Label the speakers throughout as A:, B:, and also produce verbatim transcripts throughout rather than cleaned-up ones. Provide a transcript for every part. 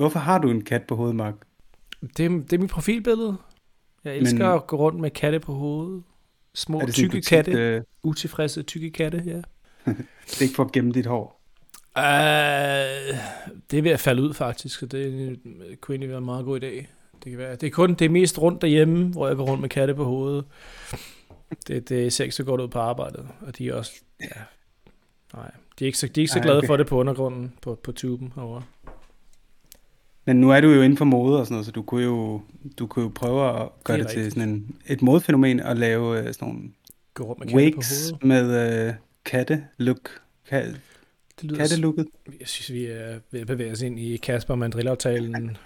A: hvorfor har du en kat på hovedet, Mark?
B: Det, er, det er mit profilbillede. Jeg elsker Men, at gå rundt med katte på hovedet. Små, tykke katte. Øh... Utilfredse, tykke katte, ja.
A: Det er ikke for at gemme dit hår?
B: Uh, det er ved at falde ud, faktisk. Så det kunne egentlig være en meget god idé. Det kan være. Det er kun det er mest rundt derhjemme, hvor jeg går rundt med katte på hovedet. Det, det ser ikke så godt ud på arbejdet. Og de er også... Ja, nej, de er ikke så, de er ikke så glade Ej, okay. for det på undergrunden, på, på tuben herovre.
A: Men nu er du jo inden for mode og sådan noget, så du kunne jo, du kunne jo prøve at gøre det, det til sådan en, et modefænomen og lave uh, sådan nogle
B: med
A: wigs med uh, katte-look. Ka-
B: det lyder
A: kattelooket.
B: Jeg synes, vi er ved at bevæge os ind i Kasper Mandrill-aftalen.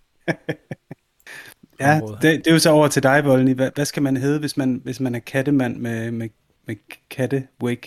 A: Ja, det, det er jo så over til dig, Volny. Hvad, hvad skal man hedde, hvis man, hvis man er kattemand med, med, med katte-wig?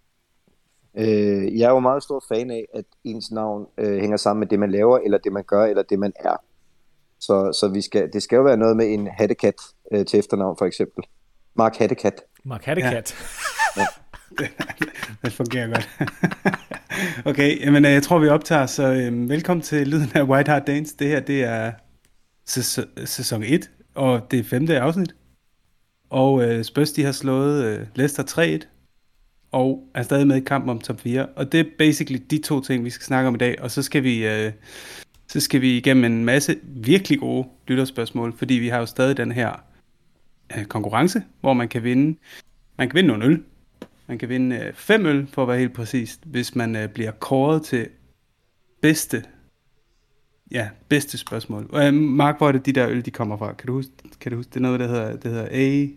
C: Øh, jeg er jo meget stor fan af, at ens navn øh, hænger sammen med det, man laver, eller det, man gør, eller det, man er. Så, så vi skal, det skal jo være noget med en hattekat øh, til efternavn, for eksempel. Mark Hattekat.
B: Mark Hattekat.
A: Ja. Ja. det, det fungerer godt. Okay, jamen, jeg tror, vi optager, så øh, velkommen til Lyden af White Hart Dance. Det her, det er sæs- sæson et, og det er femte afsnit. Og øh, Spurs, de har slået øh, Leicester tre et. Og er stadig med i kampen om top fire. Og det er basically de to ting, vi skal snakke om i dag. Og så skal vi, øh, så skal vi igennem en masse virkelig gode lytterspørgsmål, fordi vi har jo stadig den her øh, konkurrence, hvor man kan vinde. Man kan vinde nogle øl. Man kan vinde øh, fem øl, for at være helt præcist, hvis man øh, bliver kåret til bedste, ja, bedste spørgsmål. Øh, Mark, hvor er det de der øl, de kommer fra? Kan du huske, kan du huske det er noget, der hedder, det hedder A...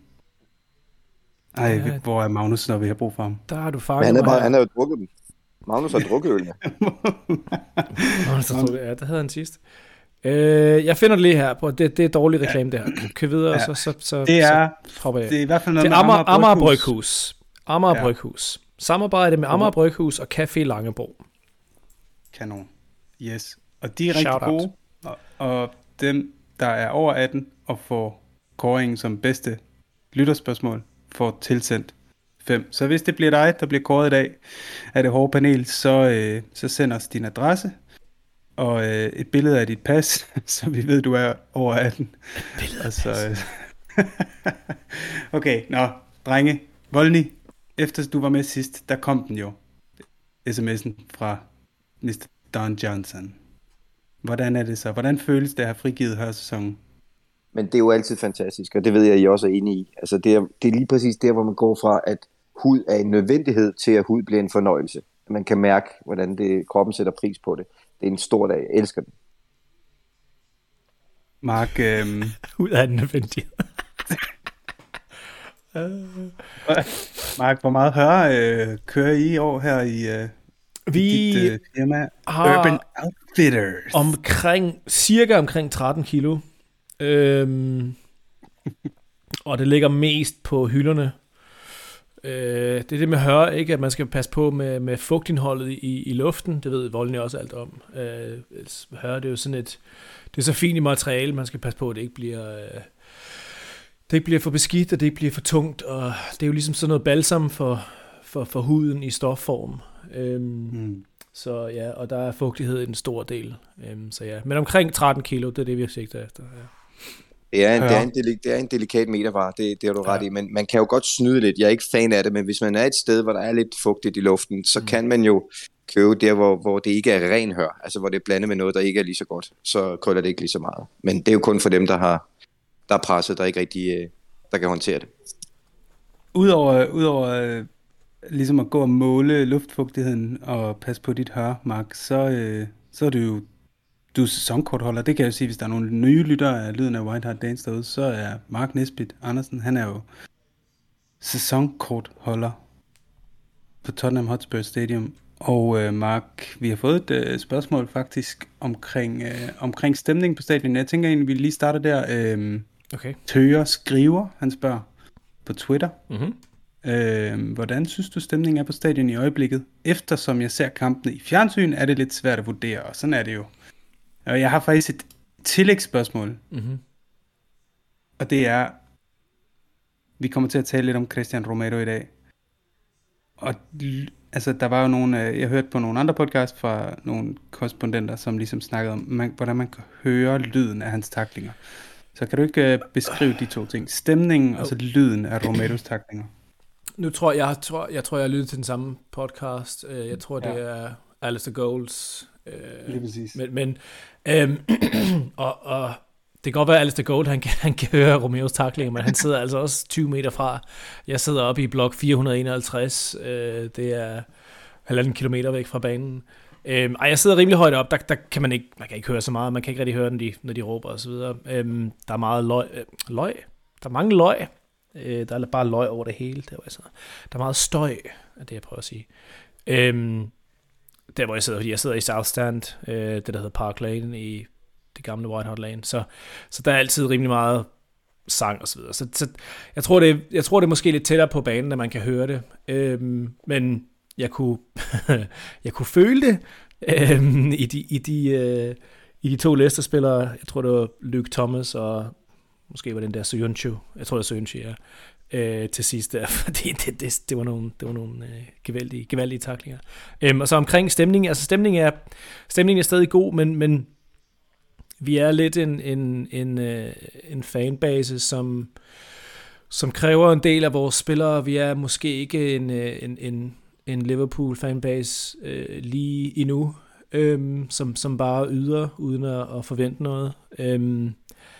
A: Ej, ja, hvor er Magnus, når vi har brug for ham?
B: Der har du fanget
C: han, er bare, han har jo drukket dem. Magnus har drukket øl, ja.
B: Magnus har drukket, ja, det havde han sidst. Øh, jeg finder det lige her, på det, det er dårlig reklame, det her. Kør videre, ja. så, så, så,
A: det er,
B: så hopper jeg.
A: Det er i hvert fald noget
B: til
A: med
B: Amager,
A: Amager
B: Amager
A: Bryghus.
B: Bryghus. Amager ja. Bryghus. Samarbejde med Amager Bryghus og Café Langebro.
A: Kanon. Yes. Og de er rigtig Shout gode. Og, og dem, der er over atten og får kåringen som bedste lytterspørgsmål, får tilsendt fem. Så hvis det bliver dig, der bliver kåret i dag af det hårde panel, så, øh, så send os din adresse og øh, et billede af dit pas, så vi ved, du er over atten.
B: Et billede
A: af så, øh, okay, nå, drenge. Volny, efter du var med sidst, der kom den jo. sms'en fra mister Don Johnson. Hvordan er det så? Hvordan føles det at have frigivet her sæson?
C: Men det er jo altid fantastisk, og det ved jeg, at I også er enige i. Altså det er, det er lige præcis der, hvor man går fra, at hud er en nødvendighed, til at hud bliver en fornøjelse. Man kan mærke, hvordan det, kroppen sætter pris på det. Det er en stor dag. Jeg elsker den.
A: Mark, øhm...
B: hud er en nødvendighed.
A: Mark, hvor meget høre øh, kører I i år her i, øh,
B: Vi
A: i dit øh, firma?
B: Har
A: Urban Outfitters.
B: Omkring, cirka omkring tretten kilo. Øhm, og det ligger mest på hylderne. Øh, det er det med høre, ikke, at man skal passe på med, med fugtindholdet i, i luften. Det ved Volny også alt om. Øh, høre, det er jo sådan et, det er så fint i materiale, man skal passe på, at det ikke bliver, øh, det ikke bliver for beskidt, og det ikke bliver for tungt. Og det er jo ligesom sådan noget balsam for, for, for huden i stofform. Øhm, mm. Så ja, og der er fugtighed en stor del. Øhm, så ja, men omkring tretten kilo, det er det, vi har sigtet efter. Ja.
C: Det er, en, det, er en deli- det er en delikat metervare, det, det har du ret ja. i, men man kan jo godt snyde lidt. Jeg er ikke fan af det, men hvis man er et sted, hvor der er lidt fugtigt i luften, så mm. kan man jo købe der, hvor, hvor det ikke er ren hør, altså hvor det er blandet med noget, der ikke er lige så godt, så krøller det ikke lige så meget. Men det er jo kun for dem, der har der er presset, der ikke rigtig der kan håndtere det.
A: Udover, udover ligesom at gå og måle luftfugtigheden og passe på dit hør, Mark, så, øh, så er det jo du er sæsonkortholder. Det kan jeg jo sige, hvis der er nogle nye lyttere af Lyden af White Hart Dance derude, så er Mark Nesbitt Andersen, han er jo sæsonkortholder på Tottenham Hotspur Stadium. Og øh, Mark, vi har fået et øh, spørgsmål faktisk omkring, øh, omkring stemningen på stadion. Jeg tænker egentlig, vi lige starter der. Øh,
B: okay.
A: Tøger skriver, han spørger på Twitter.
B: Mm-hmm.
A: Øh, hvordan synes du stemningen er på stadion i øjeblikket? Eftersom jeg ser kampene i fjernsyn, er det lidt svært at vurdere, og sådan er det jo. Og jeg har faktisk et tillægsspørgsmål.
B: Mm-hmm.
A: Og det er, vi kommer til at tale lidt om Christian Romero i dag. og altså, der var jo nogle, jeg hørte på nogle andre podcast fra nogle korrespondenter, som ligesom snakkede om, man, hvordan man kan høre lyden af hans taklinger. Så kan du ikke uh, beskrive de to ting? Stemningen og så lyden af Romeros taklinger.
B: Nu tror jeg, jeg tror, jeg tror, jeg har lyttet til den samme podcast. Jeg tror, det ja. er Alistair Golds.
A: Øh, Lige præcis.
B: Men, men øhm, og, og det kan godt være, at Alistair Gold, han kan, han kan høre Romeros taklinger, men han sidder altså også tyve meter fra. Jeg sidder oppe i blok fire hundrede enoghalvtreds. Øh, det er halvanden kilometer væk fra banen. Øhm, ej, jeg sidder rimelig højt op. Der, der kan man ikke, man kan ikke høre så meget. Man kan ikke rigtig høre, når de, når de råber og så videre. Øhm, der er meget løg. Øh, løg? Der er mange løg. Øh, der er bare løg over det hele. Der, der er meget støj, er det jeg prøver at sige. Øhm, der hvor jeg sidder, fordi jeg sidder i South Stand, øh, det der hedder Park Lane i det gamle White Hart Lane, så, så der er altid rimelig meget sang og så videre. Så, så jeg tror det, jeg tror det er måske lidt tættere på banen, at man kan høre det. Øhm, men jeg kunne, jeg kunne føle det øhm, i de, i de, øh, i de to Leicester-spillere. Jeg tror det var Luke Thomas og måske var den der Soyuncu. Jeg tror det er Soyuncu, ja. Øh, til sidst der, fordi det, det, det var nogle, det var nogle øh, gevaldige, gevaldige taklinger. Øhm, og så omkring stemningen, altså stemningen er, stemningen er stadig god, men, men vi er lidt en, en, en, øh, en fanbase, som, som kræver en del af vores spillere. Vi er måske ikke en, en, en, en Liverpool fanbase øh, lige endnu, øh, som, som bare yder, uden at, at forvente noget. Øh,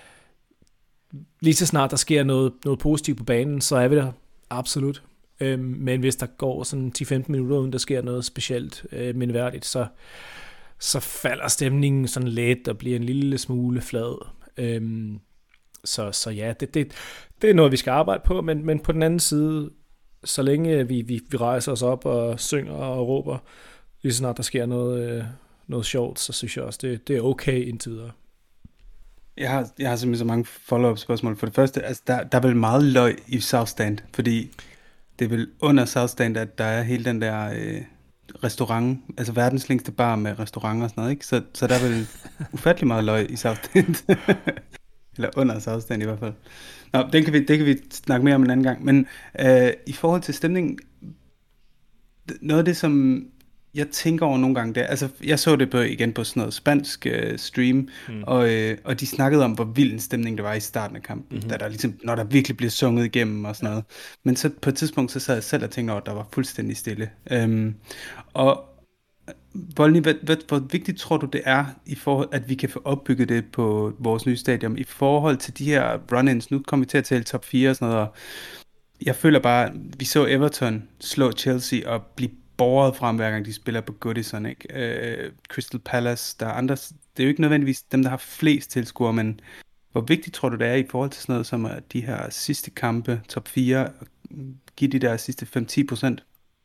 B: Lige så snart der sker noget, noget positivt på banen, så er vi der absolut. Øhm, men hvis der går sådan ti til femten minutter, uden der sker noget specielt øh, mindeværdigt, så, så falder stemningen sådan let og bliver en lille smule flad. Øhm, så, så ja, det, det, det er noget, vi skal arbejde på, men, men på den anden side, så længe vi, vi, vi rejser os op og synger og råber, lige så snart der sker noget, øh, noget sjovt, så synes jeg også, det, det er okay indtil videre.
A: Jeg har, jeg har simpelthen så mange follow-up spørgsmål. For det første, altså der, der er vel meget løg i South Stand, fordi det er vel under South Stand, at der er hele den der øh, restaurant, altså verdens længste bar med restauranter og sådan noget, ikke? Så, så der er vel ufattelig meget løg i South Stand. Eller under South Stand i hvert fald. Nå, det kan vi, det kan vi snakke mere om en anden gang. Men øh, i forhold til stemningen, noget af det, som jeg tænker over nogle gange, der, altså jeg så det på, igen på sådan noget spansk øh, stream, mm. og, øh, og de snakkede om, hvor vild en stemning der var i starten af kampen, mm-hmm. da der ligesom, når der virkelig blev sunget igennem og sådan noget. Men så på et tidspunkt, så sad jeg selv og tænkte over, at der var fuldstændig stille. Øhm, og Volny, hvad, hvad, hvor vigtigt tror du det er, i forhold, at vi kan få opbygget det på vores nye stadion, i forhold til de her run-ins? Nu kommer vi til at tale top fire og sådan noget, og jeg føler bare, vi så Everton slå Chelsea og blive borget frem, hver gang de spiller på Goodison, ikke? Uh, Crystal Palace, der er andre, det er jo ikke nødvendigvis dem, der har flest tilskuere, men hvor vigtigt tror du det er i forhold til sådan noget som de her sidste kampe, top fire, og give de der sidste fem til ti procent?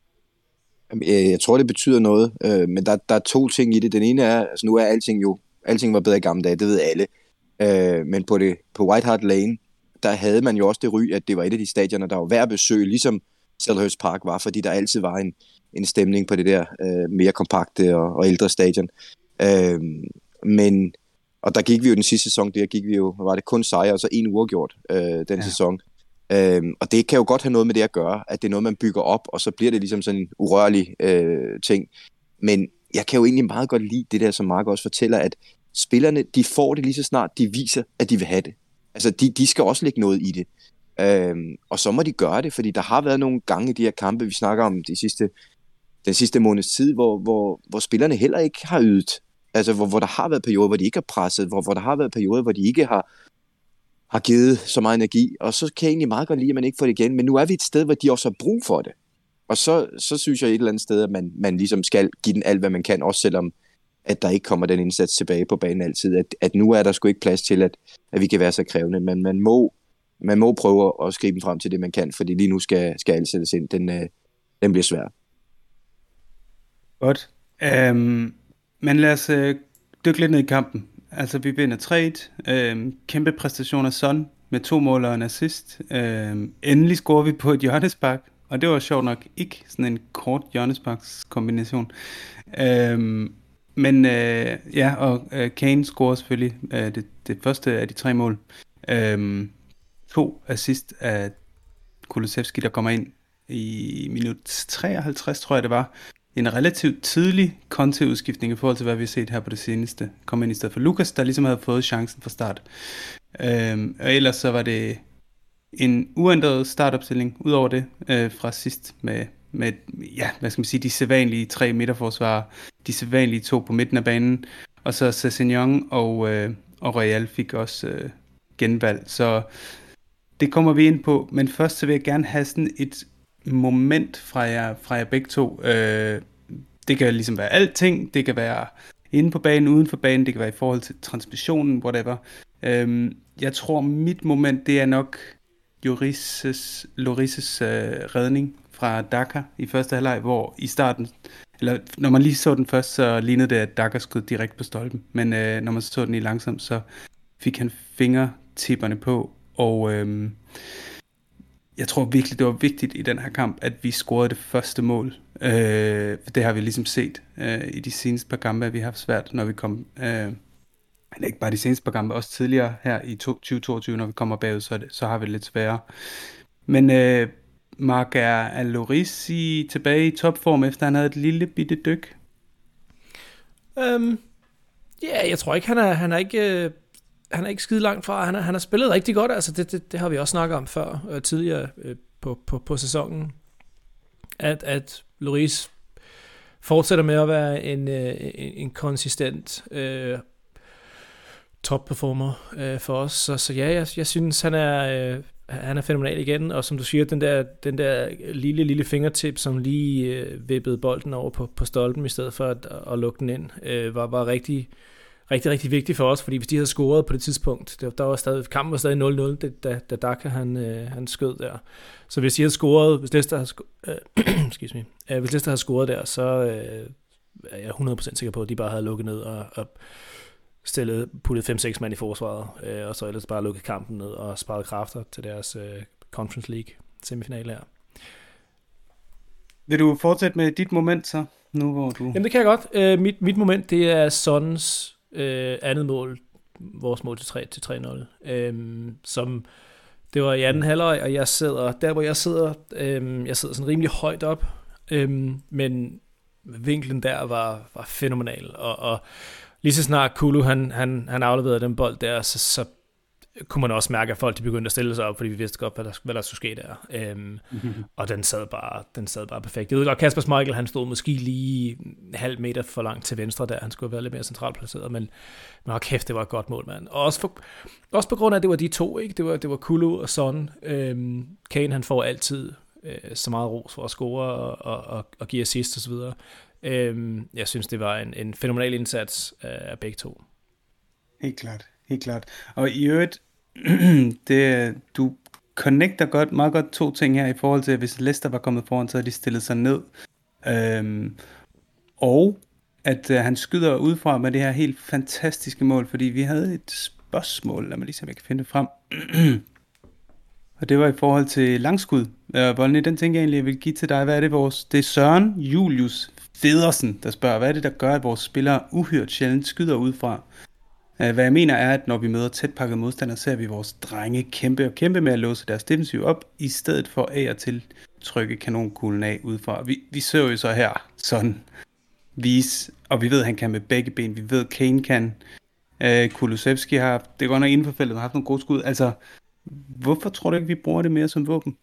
C: Jeg tror, det betyder noget, men der, der er to ting i det. Den ene er, altså nu er alting jo, alting var bedre i gamle dage, det ved alle, men på, det, på White Hart Lane, der havde man jo også det ry, at det var et af de stadioner, der var værd at besøge, ligesom Selhurst Park var, fordi der altid var en en stemning på det der øh, mere kompakte og, og ældre stadion. Øh, men, og der gik vi jo den sidste sæson, der gik vi jo, var det kun sejre, og så en uafgjort øh, den ja. sæson. Øh, og det kan jo godt have noget med det at gøre, at det er noget, man bygger op, og så bliver det ligesom sådan en urørlig øh, ting. Men jeg kan jo egentlig meget godt lide det der, som Mark også fortæller, at spillerne, de får det lige så snart, de viser, at de vil have det. Altså, de, de skal også lægge noget i det. Øh, og så må de gøre det, fordi der har været nogle gange i de her kampe, vi snakker om de sidste den sidste måneds tid, hvor, hvor, hvor spillerne heller ikke har ydet. Altså, hvor, hvor der har været perioder, hvor de ikke har presset, hvor, hvor der har været perioder, hvor de ikke har, har givet så meget energi, og så kan jeg egentlig meget godt lide, at man ikke får det igen, men nu er vi et sted, hvor de også har brug for det. Og så, så synes jeg et eller andet sted, at man, man ligesom skal give den alt, hvad man kan, også selvom at der ikke kommer den indsats tilbage på banen altid, at, at nu er der sgu ikke plads til, at, at vi kan være så krævende, men man må, man må prøve at skrive frem til det, man kan, fordi lige nu skal, skal alt sættes ind. Den, øh, den bliver svær.
A: Godt. Um, men lad os uh, dykke lidt ned i kampen. Altså, vi vinder tre et. Um, kæmpe præstation af Son med to mål og en assist. Um, endelig scorer vi på et hjørnespark, og det var sjovt nok ikke sådan en kort hjørnesparkskombination. Um, men uh, ja, og uh, Kane scorer selvfølgelig uh, det, det første af de tre mål. Um, to assist af Kulusevski, der kommer ind i minut treoghalvtreds, tror jeg det var. En relativt tidlig Conte-udskiftning i forhold til, hvad vi har set her på det seneste. Kom ind i stedet for Lucas, der ligesom havde fået chancen fra start. Øhm, og ellers så var det en uændret startopstilling, udover det, øh, fra sidst med, med, ja, hvad skal man sige, de sædvanlige tre midterforsvarer, de sædvanlige to på midten af banen, og så Sessegnon og, øh, og Royal fik også øh, genvalg. Så det kommer vi ind på, men først så vil jeg gerne have sådan et moment fra jer, fra jer begge to. Øh, det kan ligesom være alting, det kan være inde på banen, uden for banen, det kan være i forhold til transmissionen, whatever. Øh, jeg tror, mit moment, det er nok Lloris's, Lloris's øh, redning fra Daka i første halvleg, hvor i starten, eller når man lige så den først, så lignede det, at Daka skød direkte på stolpen, men øh, når man så den i langsomt, så fik han fingertipperne på, og øh, jeg tror virkelig, det var vigtigt i den her kamp, at vi scorede det første mål. Øh, det har vi ligesom set øh, i de seneste par kampe, at vi har haft svært, når vi kom, øh, men ikke bare de seneste par kampe, også tidligere her i tyve toogtyve, når vi kommer bagud, så, det, så har vi det lidt sværere. Men øh, Mark, er, er Lloris i, tilbage i topform, efter han havde et lille bitte dyk?
B: Um, ja, yeah, jeg tror ikke, han er, han er ikke... Øh... Han er ikke skide langt fra. Han, er, han har spillet rigtig godt. Altså det, det, det har vi også snakket om før, øh, tidligere øh, på, på, på sæsonen. At, at Lloris fortsætter med at være en, øh, en, en konsistent øh, topperformer øh, for os. Så, så ja, jeg, jeg synes, han er, øh, han er fænomenal igen. Og som du siger, den der, den der lille, lille fingertip, som lige øh, vippede bolden over på, på stolpen, i stedet for at, at lukke den ind, øh, var, var rigtig... rigtig, rigtig vigtigt for os, fordi hvis de havde scoret på det tidspunkt, der, der var stadig, kampen var stadig nul nul, da, da Daka han, øh, han skød der. Så hvis de havde scoret, hvis Leicester havde, sko- øh, excuse me, øh, hvis Leicester havde scoret der, så øh, er jeg hundrede procent sikker på, at de bare havde lukket ned og, og stillet, puttet fem seks mand i forsvaret, øh, og så ellers bare lukket kampen ned og sparet kræfter til deres øh, Conference League semifinale her.
A: Vil du fortsætte med dit moment så, nu hvor du...
B: Jamen det kan jeg godt. Øh, mit, mit moment, det er Sons Øh, andet mål, vores mål til tre til tre nul, øhm, som det var i anden halvleg, og jeg sidder der, hvor jeg sidder, øhm, jeg sidder sådan rimelig højt op, øhm, men vinklen der var, var fænomenal, og, og lige så snart Kulu han, han, han afleverede den bold der, så, så kunne man også mærke, at folk de begyndte at stille sig op, fordi vi vidste godt, hvad der, hvad der skulle ske der. Øhm, mm-hmm. Og den sad, bare, den sad bare perfekt. Jeg ved godt, Kasper Schmeichel, han stod måske lige en halv meter for langt til venstre der. Han skulle have været lidt mere centralt placeret, men, men kæft, det var et godt mål, mand. Og også, for, også på grund af, at det var de to, ikke? Det var, det var Kulu og Son. Øhm, Kane, han får altid øh, så meget ros for at score og, og, og, og give assist og så videre. Øhm, jeg synes, det var en, en fænomenal indsats af begge to.
A: Helt klart, helt klart. Og i øvrigt, det, du connecter godt, meget godt to ting her i forhold til, at hvis Leicester var kommet foran, så havde de stillet sig ned. Øhm, og at øh, han skyder udefra med det her helt fantastiske mål, fordi vi havde et spørgsmål, lad mig lige se, om jeg kan finde det frem. Og det var i forhold til langskud. Øh, Volny, den tænker jeg egentlig, jeg vil give til dig. Hvad er det vores? Det er Søren Julius Federsen, der spørger, hvad er det, der gør, at vores spillere uhyrt sjældent skyder udefra? Hvad jeg mener er, at når vi møder tæt pakket modstandere, ser vi vores drenge kæmpe og kæmpe med at låse deres defensiv op, i stedet for af og til trykke kanonkuglen af udefra. Vi, vi ser jo så her sådan vise, og vi ved, at han kan med begge ben. Vi ved, at Kane kan. Uh, Kulusevski har, det går nok inden for feltet, har haft nogle gode skud. Altså, hvorfor tror du ikke, vi bruger det mere som våben?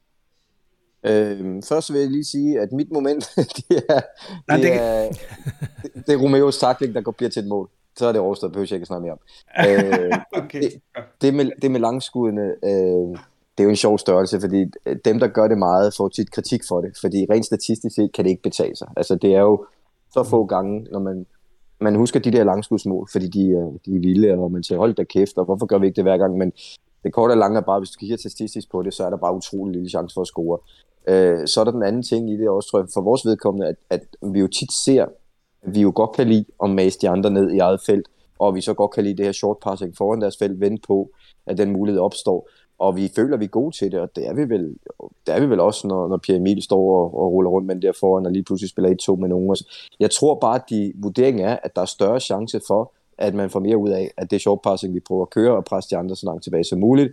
C: Øhm, først vil jeg lige sige, at mit moment, det er, Nej, det, det, er det, det er Romeos takling, der går bliver til et mål. Så er det overstået, behøver jeg ikke snakke mere om. øh, okay. det, det, med, det med langskuddene, øh, det er jo en sjov størrelse, fordi dem, der gør det meget, får tit kritik for det, fordi rent statistisk set kan det ikke betale sig. Altså det er jo så få gange, når man, man husker de der langskudsmål, fordi de, de er vilde, og man siger, hold da kæft, og hvorfor gør vi ikke det hver gang? Men det korte og lange er bare, hvis du kigger statistisk på det, så er der bare utrolig lille chance for at score. Øh, så er der den anden ting i det også, tror jeg, for vores vedkommende, at, at vi jo tit ser, at vi jo godt kan lide at mase de andre ned i eget felt, og vi så godt kan lide det her short passing foran deres felt, vente på, at den mulighed opstår. Og vi føler, at vi er gode til det, og det er vi vel, det er vi vel også, når, når Pierre Emil står og, og ruller rundt med den der foran, og lige pludselig spiller et to med nogen. Jeg tror bare, at de, vurderingen er, at der er større chance for, at man får mere ud af, at det er short passing, vi prøver at køre og presse de andre så langt tilbage som muligt.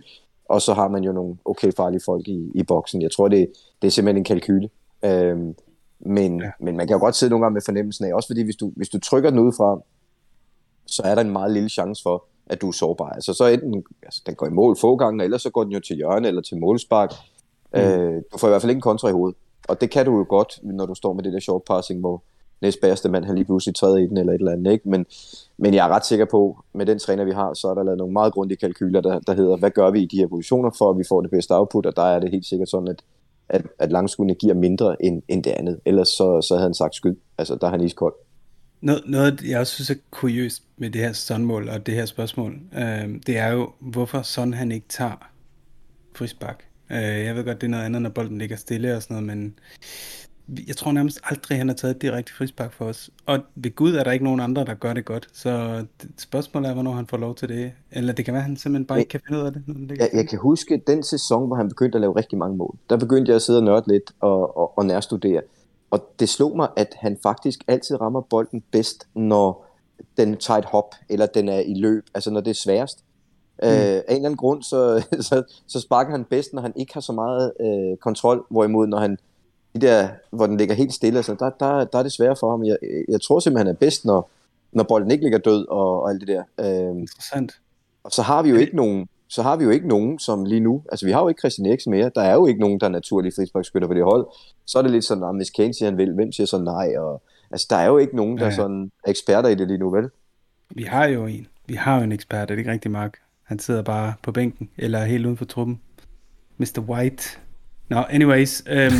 C: og så har man jo nogle okay farlige folk i, i boksen. Jeg tror, det, det er simpelthen en kalkyle. Øhm, men, ja. men man kan jo godt sidde nogle gange med fornemmelsen af, også fordi hvis du, hvis du trykker den udefra, så er der en meget lille chance for, at du er sårbar. Altså så enten, altså, den går i mål få gange, eller så går den jo til hjørne eller til målspark. Mm. Øh, du får i hvert fald ikke en kontra i hovedet. Og det kan du jo godt, når du står med det der short passing, hvor næstbærste mand, han lige pludselig træder i den eller et eller andet, ikke? Men, men jeg er ret sikker på, med den træner vi har, så er der lavet nogle meget grundige kalkyler, der, der hedder, hvad gør vi i de her positioner, for at vi får det bedste output, og der er det helt sikkert sådan, at, at, at langskuddene giver mindre end, end det andet. Ellers så, så havde han sagt skyd. Altså, der er han iskold.
A: Noget, noget, jeg også synes er kuriøst med det her Son-mål og det her spørgsmål, øh, det er jo, hvorfor Son han ikke tager frispark. Øh, jeg ved godt, det er noget andet, når bolden ligger stille og sådan noget, men jeg tror nærmest aldrig, han har taget et direkte frispark for os. Og ved Gud er der ikke nogen andre, der gør det godt. Så spørgsmålet er, hvornår han får lov til det. Eller det kan være, at han simpelthen bare ikke kan finde ud af det.
C: Jeg, jeg kan huske den sæson, hvor han begyndte at lave rigtig mange mål. Der begyndte jeg at sidde og nørde lidt og, og, og nærstudere. Og det slog mig, at han faktisk altid rammer bolden bedst, når den tager et hop, eller den er i løb. Altså når det er sværest. Mm. Øh, af en eller anden grund, så, så, så sparker han bedst, når han ikke har så meget øh, kontrol. Hvorimod, når han de der, hvor den ligger helt stille, så der, der, der er det svært for ham. Jeg, jeg tror simpelthen, han er bedst, når, når bolden ikke ligger død og, og alt det der. Øhm,
A: Interessant.
C: Og så har vi jo ikke nogen, så har vi jo ikke nogen, som lige nu, altså vi har jo ikke Christian Eriksen mere, der er jo ikke nogen, der er naturlige frisparkskytter på det hold. Så er det lidt sådan, at hvis Kane siger, han vil, hvem siger så nej? Og, altså der er jo ikke nogen, der er sådan eksperter i det lige nu, vel?
A: Vi har jo en. Vi har jo en ekspert, er det ikke rigtig, Mark? Han sidder bare på bænken, eller helt uden for truppen. mister White. Nå, no, anyways. Øhm,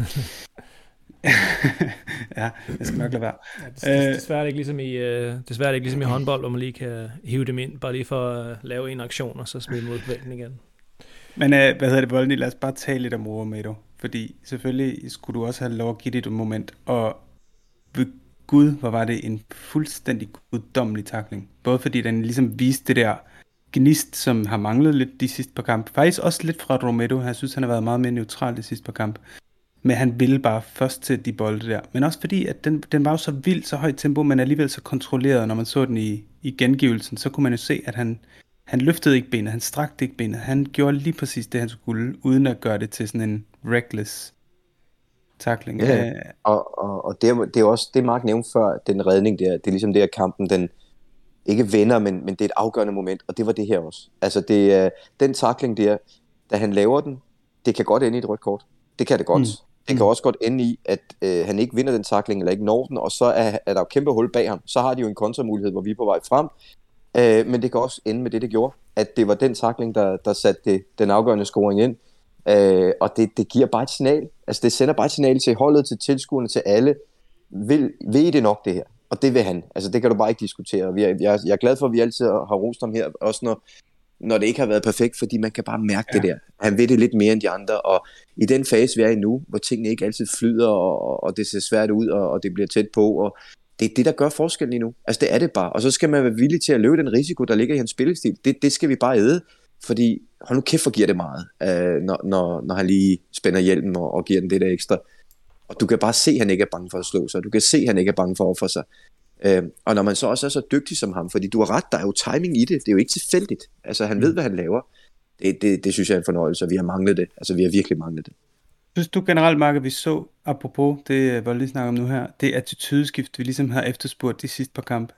A: ja, jeg skal nok lade være.
B: Ja, det, det, desværre er det ikke ligesom i, uh, desværre er det ikke ligesom i håndbold, hvor man lige kan hive dem ind, bare lige for at lave en aktion, og så smide mod vægten igen.
A: Men uh, hvad hedder det, Volny? Lad os bare tale lidt om Romero, fordi selvfølgelig skulle du også have lov at give det et moment, og ved Gud, hvor var det en fuldstændig guddommelig tackling. Både fordi den ligesom viste det der gnist, som har manglet lidt de sidste par kampe. Faktisk også lidt fra Romero. Jeg synes, han har været meget mere neutral de sidste par kampe. Men han ville bare først til de bolde der. Men også fordi, at den, den var jo så vild, så højt tempo, men alligevel så kontrolleret. Når man så den i, i gengivelsen, så kunne man jo se, at han, han løftede ikke benet, han strakte ikke benet. Han gjorde lige præcis det, han skulle, uden at gøre det til sådan en reckless tackling.
C: Ja, og, og, og det, er, det er også det, Mark nævnte før, den redning der. Det er ligesom det, at kampen, den ikke vender, men, men det er et afgørende moment, og det var det her også. Altså, det er den tackling der, da han laver den, det kan godt ende i et rødt kort. Det kan det godt. Mm. Det kan også godt ende i, at øh, han ikke vinder den tackling, eller ikke når den, og så er, er der jo kæmpe hul bag ham. Så har de jo en kontramulighed, hvor vi er på vej frem. Øh, men det kan også ende med det, det gjorde. At det var den tackling, der, der satte det, den afgørende scoring ind. Øh, og det, det giver bare et signal. Altså, det sender bare et signal til holdet, til tilskuerne, til alle. Vil, vil I det nok, det her? Og det vil han. Altså, det kan du bare ikke diskutere. Vi er, jeg, jeg er glad for, at vi altid har rost ham her, også når, når det ikke har været perfekt, fordi man kan bare mærke ja. det der. Han ved det lidt mere end de andre, og i den fase, vi er i nu, hvor tingene ikke altid flyder, og, og det ser svært ud, og, og det bliver tæt på, og det er det, der gør forskellen lige nu. Altså, det er det bare. Og så skal man være villig til at løbe den risiko, der ligger i hans spillestil. Det, det skal vi bare æde, fordi hold nu kæft, for giver det meget, øh, når, når, når han lige spænder hjelmen og, og giver den det der ekstra. Og du kan bare se, at han ikke er bange for at slå sig. Du kan se, at han ikke er bange for at ofre sig. Øhm, og når man så også er så dygtig som ham, fordi du har ret, der er jo timing i det. Det er jo ikke tilfældigt. Altså, han ved, hvad han laver. Det, det, det synes jeg er en fornøjelse, og vi har manglet det. Altså, vi har virkelig manglet det.
A: Synes du generelt, Mark, at vi så, apropos det, hvor lige snakker om nu her, det attitydeskift, vi ligesom har efterspurgt de sidste par kampe?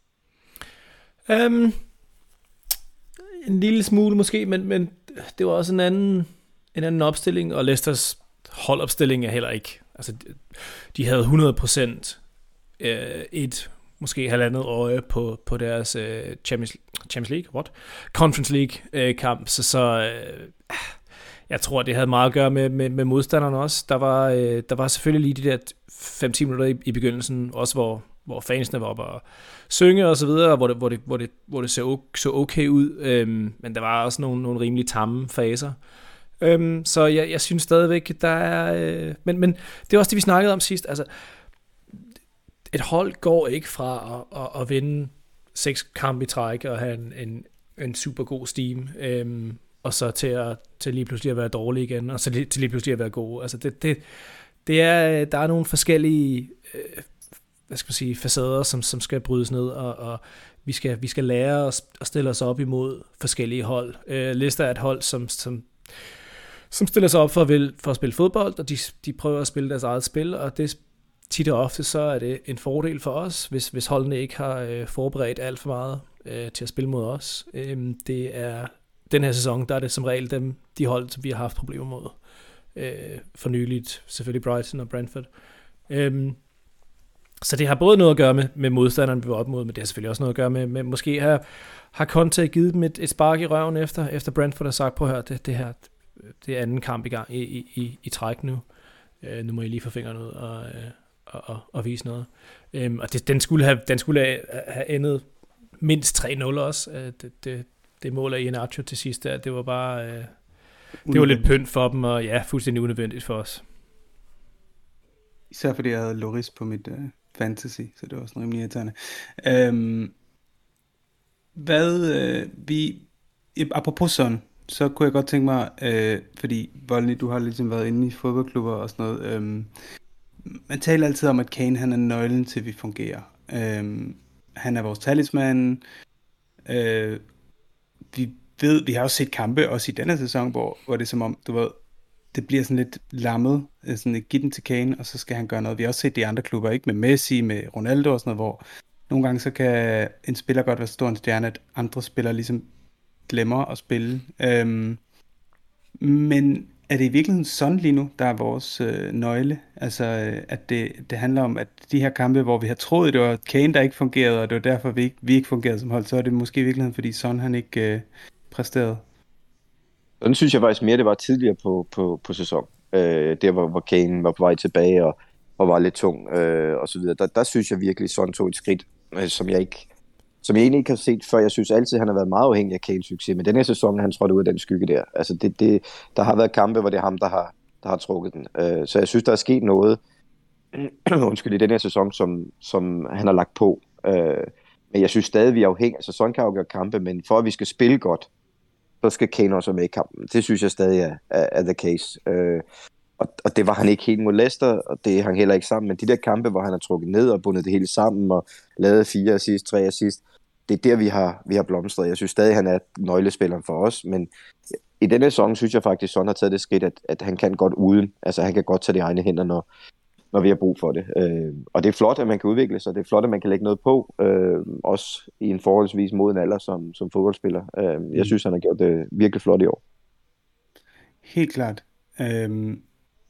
B: Um, en lille smule måske, men, men det var også en anden, en anden opstilling, og Leicesters holdopstilling er heller ikke. Altså, de havde hundrede procent øh, et, måske halvandet øje på, på deres øh, Champions, Champions League, what? Conference League øh, kamp, så, så øh, jeg tror, det havde meget at gøre med, med, med modstanderne også. Der var, øh, der var selvfølgelig lige de der fem til ti minutter i, i begyndelsen, også hvor, hvor fansene var oppe og synge og så videre, hvor det, hvor det, hvor det, hvor det så, så okay ud, øhm, men der var også nogle, nogle rimelig tamme faser. Øhm, så jeg, jeg synes stadigvæk, der er... Øh, men, men det er også det, vi snakkede om sidst. Altså, et hold går ikke fra at, at, at vinde seks kampe i træk og have en, en, en super god steam, øhm, og så til, at, til lige pludselig at være dårlig igen, og så lige, til lige pludselig at være god. Altså, det, det, det er, der er nogle forskellige... Øh, hvad skal man sige, facader, som, som skal brydes ned, og, og vi, skal, vi skal lære at, at stille os op imod forskellige hold. Øh, Leicester er et hold, som, som, som stiller sig op for at, vil, for at spille fodbold, og de, de prøver at spille deres eget spil, og det tit og ofte så er det en fordel for os, hvis, hvis holdene ikke har øh, forberedt alt for meget øh, til at spille mod os. Øh, det er den her sæson, der er det som regel dem, de hold, som vi har haft problemer mod. Øh, for nyligt selvfølgelig Brighton og Brentford. Øh, så det har både noget at gøre med, med modstanderen, vi var op mod, men det har selvfølgelig også noget at gøre med, med måske har, har Conte givet dem et, et spark i røven efter, efter Brentford har sagt, på her, det, det her det er anden kamp i gang i, i, i, i træk nu. Øh, nu må I lige få fingrene ud og, øh, og, og, og vise noget. Øh, og det, den skulle have, den skulle have, have endet mindst tre nul også. Øh, det, det, det mål af Iheanacho til sidst der, det var bare øh, det var lidt pynt for dem, og ja, fuldstændig unødvendigt for os.
A: Især fordi jeg havde Lloris på mit uh, fantasy, så det var sådan rimelig irriterende. Øhm, hvad øh, vi apropos sådan, så kunne jeg godt tænke mig, øh, fordi Volny, du har ligesom været inde i fodboldklubber og sådan noget. Øh, man taler altid om, at Kane han er nøglen til, at vi fungerer. Øh, han er vores talisman. Øh, vi ved, vi har også set kampe, også i denne sæson, hvor, hvor det er som om, du ved, det bliver sådan lidt lammet, sådan et give den til Kane, og så skal han gøre noget. Vi har også set det i andre klubber, ikke med Messi, med Ronaldo og sådan noget, hvor nogle gange så kan en spiller godt være stor en stjerne, at andre spillere ligesom glemmer at spille. Øhm, men er det i virkeligheden sådan lige nu, der er vores øh, nøgle? Altså, øh, at det, det handler om, at de her kampe, hvor vi har troet, det var Kane, der ikke fungerede, og det var derfor, vi ikke, vi ikke fungerede som hold, så er det måske i virkeligheden, fordi Son han ikke øh, præsterede.
C: Sådan synes jeg faktisk mere, det var tidligere på, på, på sæson. Øh, der hvor, hvor Kane var på vej tilbage og, og var lidt tung øh, og så videre. Der, der synes jeg virkelig, Son tog et skridt, øh, som jeg ikke som jeg egentlig ikke har set før. Jeg synes altid, han har været meget afhængig af Kanes succes, men den her sæson, han trådte ud af den skygge der. Altså det, det, der har været kampe, hvor det er ham, der har, der har trukket den. Øh, så jeg synes, der er sket noget undskyld, i den her sæson, som, som han har lagt på. Øh, men jeg synes stadig, vi er afhængige. Altså Son kan afgøre kampe, men for at vi skal spille godt, så skal Kane også være med i kampen. Det synes jeg stadig er, er, er the case. Øh, og, og det var han ikke helt mod Leicester, og det hang heller ikke sammen. Men de der kampe, hvor han har trukket ned og bundet det hele sammen, og lavet fire assist, tre assist, det er der, vi har, vi har blomstret. Jeg synes stadig, han er nøglespilleren for os, men i denne sæson synes jeg faktisk, at Son har taget det skridt, at, at han kan godt uden. Altså han kan godt tage det i egne hænder, når, når vi har brug for det. Øh, og det er flot, at man kan udvikle sig. Det er flot, at man kan lægge noget på. Øh, også i en forholdsvis moden alder som, som fodboldspiller. Øh, jeg synes, han har gjort det virkelig flot i år.
A: Helt klart. Øhm,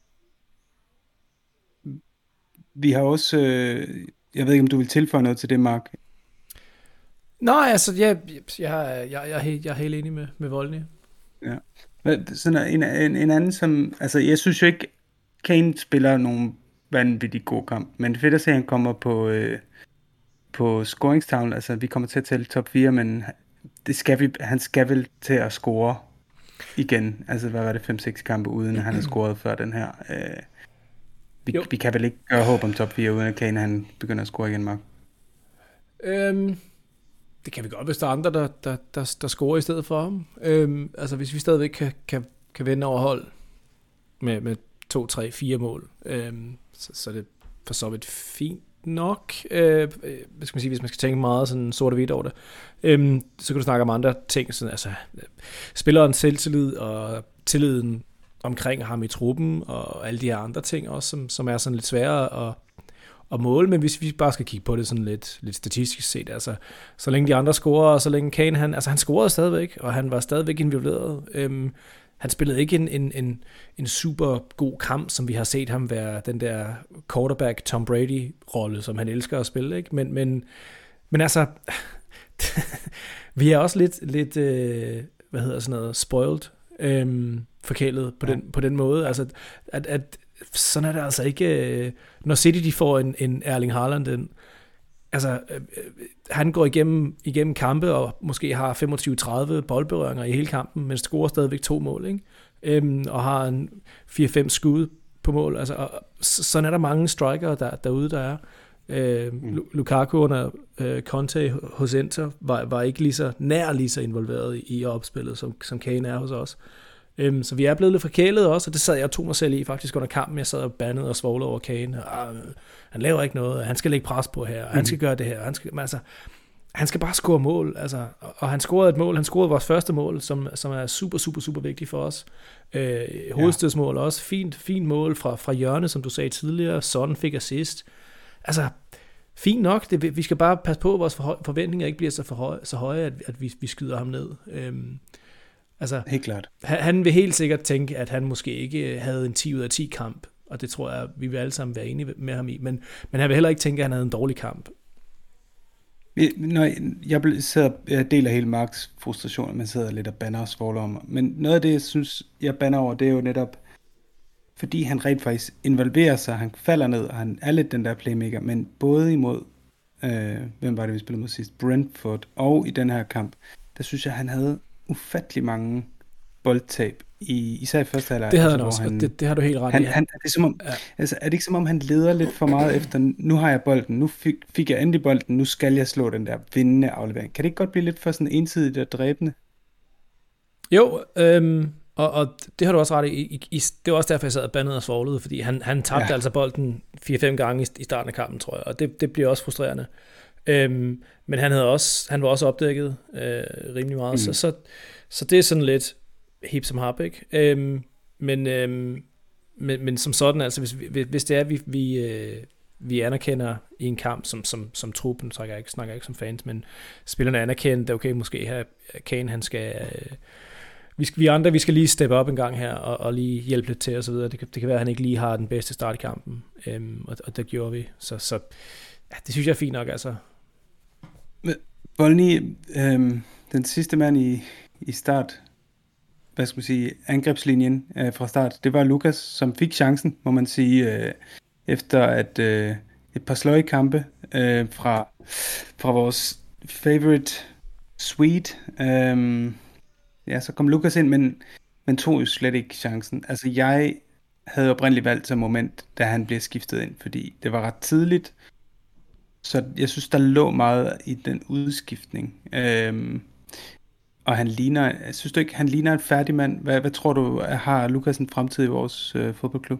A: vi har også... Øh, jeg ved ikke, om du vil tilføje noget til det, Mark?
B: Nej, altså, jeg, jeg, jeg, jeg, er, helt, jeg er helt enig med, med Volny.
A: Ja. Sådan en, en, en anden, som... Altså, jeg synes jo ikke, Kane spiller nogle vanvittigt gode kamp, men fedt at se, at han kommer på, øh, på scoringstavlen. Altså, vi kommer til at tælle top fire, men det skal vi, han skal vel til at score igen. Altså, hvad var det, fem seks kampe, uden at han har scoret før den her. Øh, vi, vi kan vel ikke gøre håb om top fire, uden at Kane han begynder at score igen, Mark?
B: Øhm, det kan vi godt, hvis der er andre, der, der, der, der scorer i stedet for ham. Øhm, altså, hvis vi stadigvæk kan, kan, kan vinde over hold med, med to, tre, fire mål, øhm, så, så er det for så vidt fint nok. Øh, hvad skal man sige, hvis man skal tænke meget sådan sort og hvidt over det. Øhm, så kan du snakke om andre ting, sådan, altså spillerens selvtillid og tilliden omkring ham i truppen, og alle de her andre ting også, som, som er sådan lidt sværere at, at måle, men hvis vi bare skal kigge på det sådan lidt, lidt statistisk set, altså så længe de andre scorer, og så længe Kane, han, altså han scorede stadigvæk, og han var stadigvæk involveret. Øhm, han spillede ikke en, en, en, en super god kamp, som vi har set ham være den der quarterback Tom Brady-rolle, som han elsker at spille, ikke? Men, men, men altså, vi er også lidt, lidt øh, hvad hedder sådan noget, spoiled, øh, forkælet på, ja. den, på den måde. Altså, at, at sådan er det altså ikke, øh, når City de får en, en Erling Haaland, den, altså, øh, han går igennem, igennem kampe, og måske har femogtyve tredive boldberøringer i hele kampen, men scorer stadigvæk to mål, ikke? Øhm, og har en fire fem skud på mål. Altså, og sådan er der mange strikere der, derude, der er. Øh, mm. Lukaku under øh, Conte hos Inter var, var ikke lige så nær lige så involveret i, i opspillet, som, som Kane er hos os. Øhm, så vi er blevet lidt forkælet også, og det sad jeg og tog mig selv i faktisk under kampen. Jeg sad og bandede og svoglede over Kane. Og, øh, han laver ikke noget, han skal lægge pres på her, og han skal gøre det her. Han skal, men altså, han skal bare score mål, altså, og han scorede et mål. Han scorede vores første mål, som, som er super, super, super vigtigt for os. Øh, hovedstødsmål også. Fint, fint mål fra, fra hjørne, som du sagde tidligere. Son fik assist. Altså, fint nok. Det, vi skal bare passe på, at vores forventninger ikke bliver så, for høje, så høje, at, at vi, vi skyder ham ned. Øhm, altså,
A: helt klart.
B: Han, han vil helt sikkert tænke, at han måske ikke havde en ti ud af ti kamp, og det tror jeg, vi vil alle sammen være enige med ham i. Men, men han vil heller ikke tænke, at han havde en dårlig kamp.
A: Når jeg sidder, jeg deler hele Marks frustration, man sidder lidt og banner og svogler om. Men noget af det, jeg synes, jeg banner over, det er jo netop, fordi han rent faktisk involverer sig, han falder ned, og han er lidt den der playmaker, men både imod, øh, hvem var det, vi spillede mod sidst, Brentford, og i den her kamp, der synes jeg, han havde ufattelig mange boldtab, i, især i første halvleg.
B: Det havde han også, han, det, det har du helt ret
A: han,
B: i.
A: Han, er, det som om, ja. altså, er det ikke som om, han leder lidt for meget efter, nu har jeg bolden, nu fik, fik jeg endelig bolden, nu skal jeg slå den der vindende aflevering. Kan det ikke godt blive lidt for sådan ensidigt og dræbende?
B: Jo, øhm, og, og det har du også ret i. I, i. Det var også derfor, jeg sad og bandede og svoglede, fordi han, han tabte ja. altså bolden fire fem gange i, i starten af kampen, tror jeg, og det, det bliver også frustrerende. Øhm, men han, havde også, han var også opdækket øh, rimelig meget, mm. så, så, så det er sådan lidt hip som hap, ikke? Øhm, men, øhm, men, men som sådan, altså hvis, hvis det er, vi, vi, øh, vi anerkender i en kamp som, som, som truppen, nu snakker jeg, ikke, snakker jeg ikke som fans, men spillerne anerkender, det okay, måske her, Kane, han skal, øh, vi, skal, vi andre, vi skal lige steppe op en gang her, og, og lige hjælpe lidt til, og så videre. Det kan, det kan være, at han ikke lige har den bedste start i kampen, øhm, og, og det gjorde vi, så, så ja, det synes jeg er fint nok, altså.
A: Volny, øhm, den sidste mand i, i start, hvad skal man sige, angrebslinjen øh, fra start, det var Lucas, som fik chancen, må man sige, øh, efter at øh, et par sløje kampe øh, fra, fra vores favorite Swede. Øh, ja, så kom Lucas ind, men, men tog jo slet ikke chancen. Altså, jeg havde oprindeligt valgt som moment, da han blev skiftet ind, fordi det var ret tidligt, så jeg synes, der lå meget i den udskiftning. Øh, Og han ligner, jeg synes du ikke, han ligner en færdig mand? Hvad, hvad tror du, har Lucas en fremtid i vores øh, fodboldklub?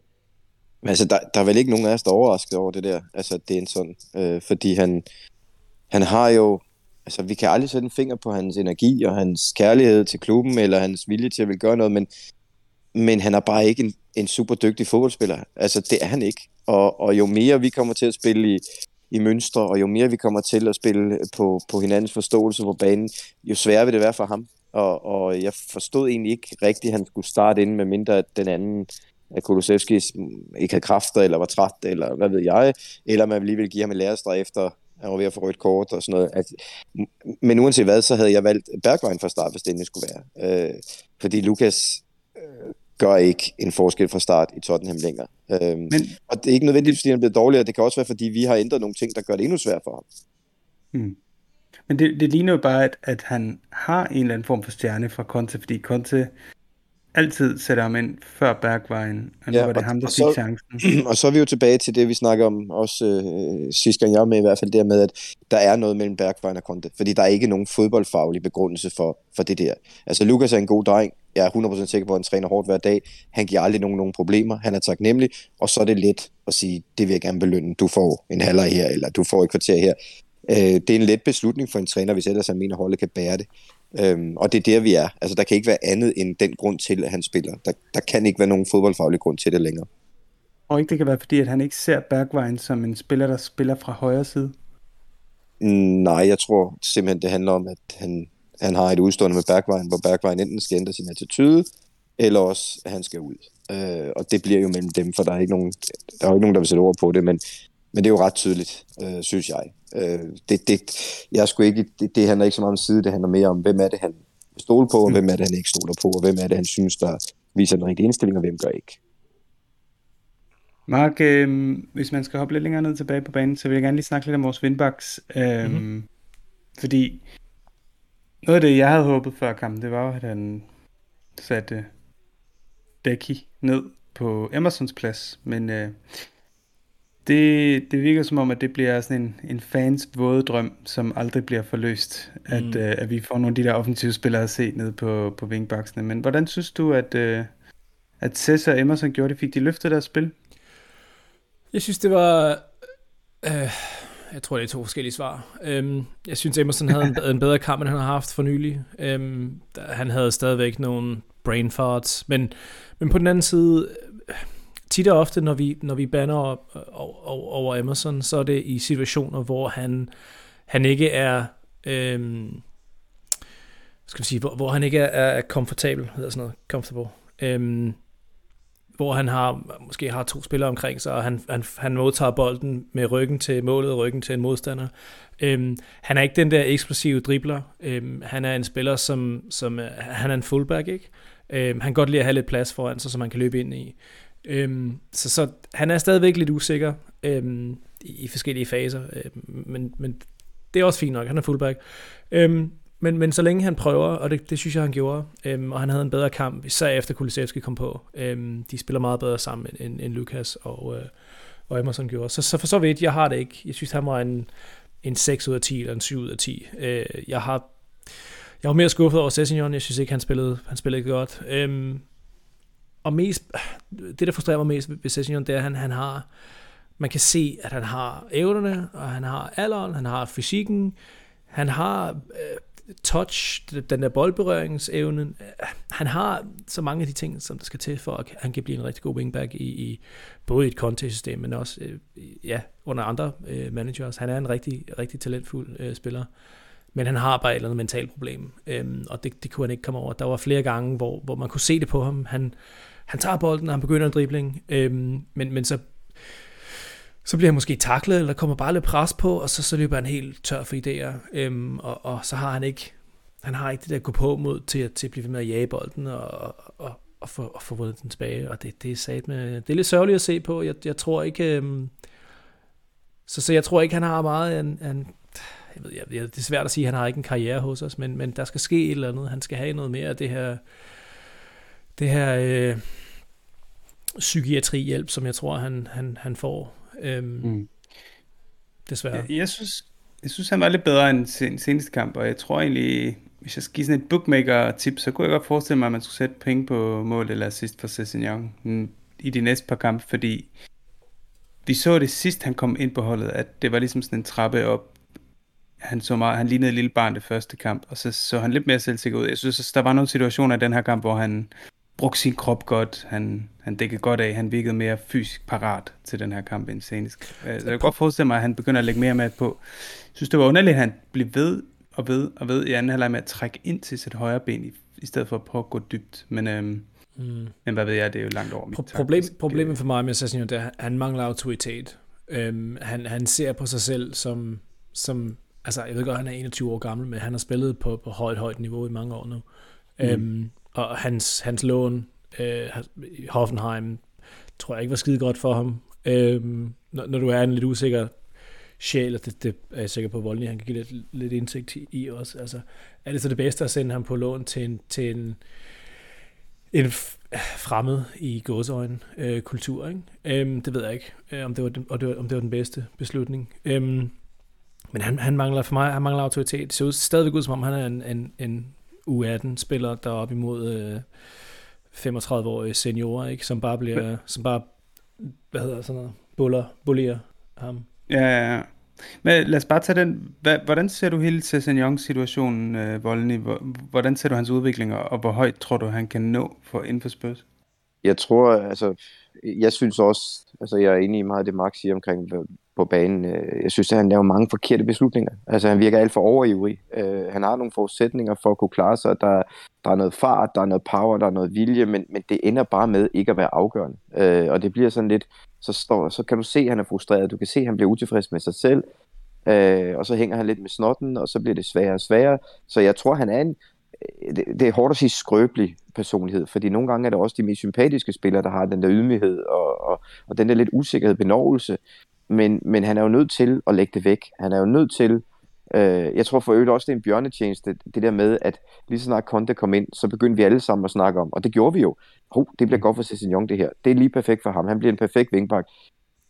C: Altså, der, der er vel ikke nogen af os, der er overrasket over det der. Altså, det er en sådan. Øh, fordi han, han har jo, altså, vi kan aldrig sætte en finger på hans energi og hans kærlighed til klubben, eller hans vilje til at vil gøre noget, men, men han er bare ikke en, en super dygtig fodboldspiller. Altså, det er han ikke. Og, og jo mere vi kommer til at spille i, i mønstre, og jo mere vi kommer til at spille på, på hinandens forståelse på banen, jo sværere vil det være for ham. Og, og jeg forstod egentlig ikke rigtigt, at han skulle starte inden, med mindre at den anden, at Kulusevski ikke havde kræfter, eller var træt, eller hvad ved jeg, eller man lige ville give ham en lærestreg efter, han var ved at få rødt kort og sådan noget. At, men uanset hvad, så havde jeg valgt Bergwijn fra start, hvis det endelig skulle være. Øh, fordi Lucas øh, gør ikke en forskel fra start i Tottenham længere. Øhm, men, og det er ikke nødvendigt, fordi han bliver dårligere. Det kan også være, fordi vi har ændret nogle ting, der gør det endnu sværere for ham.
A: Hmm. Men det, det ligner jo bare, at, at han har en eller anden form for stjerne fra Conte, fordi Conte altid sætter ham ind før Bergwijn, og nu ja, var det og, ham, der fik så, chancen.
C: Og så er vi jo tilbage til det, vi snakker om også øh, sidste gang jeg var med, i hvert fald dermed, at der er noget mellem Bergwijn og Conte, fordi der er ikke nogen fodboldfaglig begrundelse for, for det der. Altså, Lucas er en god dreng. Jeg er hundrede procent sikker på, at han træner hårdt hver dag. Han giver aldrig nogen, nogen problemer. Han er taknemmelig, og så er det let at sige, det vil jeg gerne belønne. Du får en halvleg her, eller du får et kvarter her. Øh, det er en let beslutning for en træner, hvis ellers han mener, holdet kan bære det. Øhm, og det er der, vi er. Altså, der kan ikke være andet end den grund til, at han spiller. Der, der kan ikke være nogen fodboldfaglig grund til det længere.
A: Og ikke det kan være, fordi at han ikke ser Bergwijn som en spiller, der spiller fra højre side?
C: Mm, nej, jeg tror simpelthen, det handler om, at han, han har et udstående med Bergwijn, hvor Bergwijn enten skal ændre sin attitude, eller også, at han skal ud. Øh, og det bliver jo mellem dem, for der er ikke nogen, der er ikke nogen, der vil sætte ord på det, men, men det er jo ret tydeligt, øh, synes jeg. Øh, det, det, jeg skulle ikke, det, det handler ikke så meget om side, det handler mere om, hvem er det, han stoler på, og hvem er det, han ikke stoler på, og hvem er det, han synes, der viser den rigtige indstilling, og hvem gør ikke.
A: Mark, øh, hvis man skal hoppe lidt længere ned tilbage på banen, så vil jeg gerne lige snakke lidt om vores wingbacks. Øh, mm-hmm. Fordi noget af det, jeg havde håbet før kampen, det var, at han satte Becky ned på Emersons plads. Men øh, Det, det virker som om, at det bliver sådan en, en fans våde drøm, som aldrig bliver forløst, at, mm. øh, at vi får nogle af de der offensive spillere at se ned på, på wingbacksene. Men hvordan synes du, at, øh, at Cesar og Emerson gjorde det? Fik de løftet deres spil?
B: Jeg synes, det var... Øh, jeg tror, det er to forskellige svar. Øhm, jeg synes, Emerson havde en, en bedre kamp, end han har haft for nylig. Øhm, han havde stadigvæk nogle brain farts, men, men på den anden side... Tit og ofte, når vi, når vi banner over, over Emerson, så er det i situationer, hvor han, han ikke er, øhm, skal vi sige, hvor, hvor han ikke er, er komfortabel, hedder sådan noget, comfortable, øhm, hvor han har, måske har to spillere omkring sig, og han, han, han modtager bolden med ryggen til målet og ryggen til en modstander. Øhm, han er ikke den der eksplosive dribler. Øhm, han er en spiller, som, som han er en fullback, ikke? Øhm, han kan godt lide at have lidt plads foran sig, så man kan løbe ind i. Øhm, så, så han er stadigvæk lidt usikker øhm, i, i forskellige faser, øhm, men, men det er også fint nok, han er fullback. Øhm, men, men så længe han prøver, og det, det synes jeg han gjorde, øhm, og han havde en bedre kamp, især efter Kulusevski kom på. Øhm, de spiller meget bedre sammen end, end Lucas og, øh, og Emerson gjorde. Så, så for så vidt, jeg har det ikke. Jeg synes han var en, en seks ud af ti eller en syv ud af ti. Øh, jeg har jeg var mere skuffet over Sessegnon. Jeg synes ikke han spillede han spillede ikke godt. Øhm, Og mest, det der frustrerer mig mest ved Sessegnon, det er, at han, han har, man kan se, at han har evnerne, og han har alderen, han har fysikken, han har øh, touch, den der boldberøringsevne, han har så mange af de ting, som der skal til, for at han kan blive en rigtig god wingback i, i både i et Conte-system, men også øh, ja, under andre øh, managers. Han er en rigtig, rigtig talentfuld øh, spiller. Men han har bare et eller andet mentalt problem, øhm, og det, det kunne han ikke komme over. Der var flere gange, hvor, hvor man kunne se det på ham. Han, han tager bolden, og han begynder en dribling, øhm, men, men så, så bliver han måske taklet, eller kommer bare lidt pres på, og så, så løber han helt tør for idéer. Øhm, og, og så har han ikke, han har ikke det der gå på mod til at, til at blive ved med at jage bolden, og, og, og, få, og få vundet den tilbage. Og det, det, er sat med, det er lidt sørgeligt at se på. Jeg, jeg tror ikke, øhm, så, så jeg tror ikke, han har meget en, en Jeg ved, jeg, det er svært at sige, at han har ikke en karriere hos os, men, men der skal ske et eller andet. Han skal have noget mere af det her, det her øh, psykiatrihjælp, som jeg tror, han, han, han får. Øhm, mm. Desværre.
A: Jeg, jeg, synes, jeg synes, han var lidt bedre end sen, seneste kamp, og jeg tror egentlig, hvis jeg skal give sådan et bookmaker-tip, så kunne jeg godt forestille mig, at man skulle sætte penge på mål eller assist for Sessegnon i de næste par kampe, fordi vi så det sidst, han kom ind på holdet, at det var ligesom sådan en trappe op. Han så meget, han lignede et lille barn det første kamp, og så så han lidt mere selvsikker ud. Jeg synes, at der var nogle situationer i den her kamp, hvor han brugte sin krop godt, han, han dækkede godt af, han virkede mere fysisk parat til den her kamp end senest. Så jeg kan godt forestille mig, at han begynder at lægge mere med på. Jeg synes, det var underligt, at han blev ved og ved og ved i anden halvleg med at trække ind til sit højre ben, i, i stedet for at prøve at gå dybt. Men, øhm, mm. men hvad ved jeg, det er jo langt over mit
B: Problem, Problemet for mig med Sessegnon, det er, at han mangler autoritet. Øhm, han, han ser på sig selv som... som altså, jeg ved godt, han er enogtyve år gammel, men han har spillet på, på højt, højt niveau i mange år nu. Mm. Øhm, og hans, hans lån øh, i Hoffenheim, tror jeg ikke var skide godt for ham. Øhm, når, når du er en lidt usikker sjæl, og det, det er jeg sikker på, Voldny, han kan give lidt, lidt indsigt i, i også. Altså, er det så det bedste at sende ham på lån til en, til en, en fremmed i gåseøjne øh, kultur, ikke? Øhm, det ved jeg ikke, øh, om, det var den, og det var, om det var den bedste beslutning. Øhm, Men han, han mangler for mig, han mangler autoritet. Det ser stadigvæk ud, som om han er en, en, en U atten-spiller, der er op imod øh, femogtredive-årige seniorer, ikke? Som bare bliver, ja. som bare, hvad hedder sådan noget, buller, bullier ham.
A: Ja, ja, ja. Men lad os bare tage den. Hvordan ser du hele Sessegnon-situationen, øh, Voldny? Hvordan ser du hans udvikling, og hvor højt tror du, han kan nå for inden for Spurs?
C: Jeg tror, altså, jeg synes også, altså jeg er enig i meget af det, Mark siger omkring på banen. Jeg synes, at han laver mange forkerte beslutninger. Altså han virker alt for overivrig. Uh, han har nogle forudsætninger for at kunne klare sig. Der, der er noget fart, der er noget power, der er noget vilje, men, men det ender bare med ikke at være afgørende. Uh, og det bliver sådan lidt, så, står, så kan du se, at han er frustreret. Du kan se, at han bliver utilfreds med sig selv. Uh, og så hænger han lidt med snotten, og så bliver det sværere og sværere. Så jeg tror, han er en, det, det er hårdt at sige skrøbelig personlighed, fordi nogle gange er det også de mest sympatiske spillere, der har den der ydmyghed og, og, og den der lidt usikkerhed, benovelse. Men, men han er jo nødt til at lægge det væk. Han er jo nødt til, øh, jeg tror for øvrigt også, det er en bjørnetjeneste, det, det der med, at lige så snart Conte kom ind, så begyndte vi alle sammen at snakke om, og det gjorde vi jo. Oh, det bliver godt for Sessegnon det her. Det er lige perfekt for ham. Han bliver en perfekt wingback.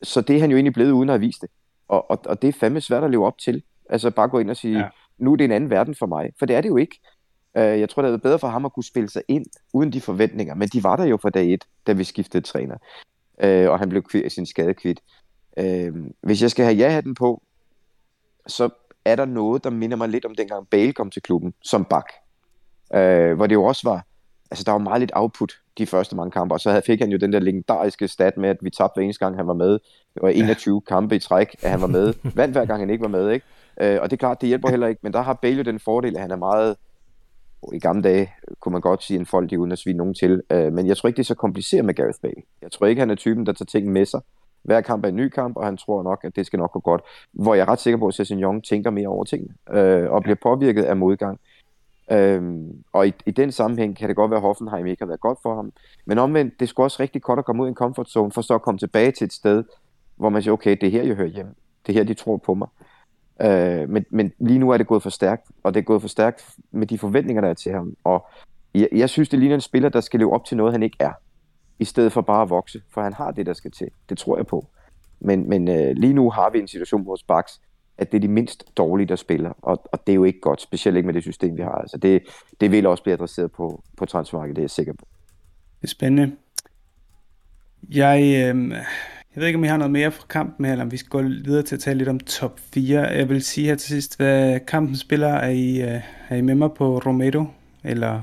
C: så det er han jo egentlig blevet uden at have vist det. Og, og, og det er fandme svært at leve op til. Altså bare gå ind og sige, ja. nu er det en anden verden for mig. For det er det jo ikke. Uh, jeg tror, det er bedre for ham at kunne spille sig ind uden de forventninger. Men de var der jo fra dag et, da vi skiftede træner. Uh, og han blev kvidt, sin skadekvidt. Uh, hvis jeg skal have ja-hatten på, så er der noget, der minder mig lidt om dengang Bale kom til klubben som bak. Uh, hvor det jo også var, altså der var meget lidt output de første mange kampe, og så fik han jo den der legendariske stat med, at vi tabte hver eneste gang, han var med. Det var enogtyve ja. kampe i træk, at han var med. Vandt hver gang, han ikke var med, ikke? Uh, og det er klart, det hjælper heller ikke, men der har Bale jo den fordel, at han er meget, i gamle dage kunne man godt sige en folk, uden at svine nogen til, uh, men jeg tror ikke, det er så kompliceret med Gareth Bale. Jeg tror ikke, han er typen, der tager ting med sig. Hver kamp er en ny kamp, og han tror nok, at det skal nok gå godt. Hvor jeg er ret sikker på, at Sessegnon tænker mere over tingene, uh, og bliver påvirket af modgang. Øhm, og i, i den sammenhæng kan det godt være, at Hoffenheim ikke har været godt for ham, men omvendt, det skulle også rigtig godt at komme ud i en comfort zone, for så at komme tilbage til et sted, hvor man siger, okay, det er her, jeg hører hjemme, det er her, de tror på mig. øh, men, men lige nu er det gået for stærkt, og det er gået for stærkt med de forventninger, der er til ham, og jeg, jeg synes, det ligner en spiller, der skal leve op til noget, han ikke er, i stedet for bare at vokse, for han har det, der skal til, det tror jeg på. Men, men øh, lige nu har vi en situation på vores backs, at det er de mindst dårlige, der spiller, og, og det er jo ikke godt, specielt ikke med det system, vi har. Altså det, det vil også blive adresseret på, på transfermarkedet, det er jeg sikker på.
A: Det er spændende. Jeg, øh, jeg ved ikke, om I har noget mere fra kampen her, eller om vi skal gå videre til at tale lidt om top fire. Jeg vil sige her til sidst, hvad kampen spiller, er I, øh, er I med mig på Romero, eller?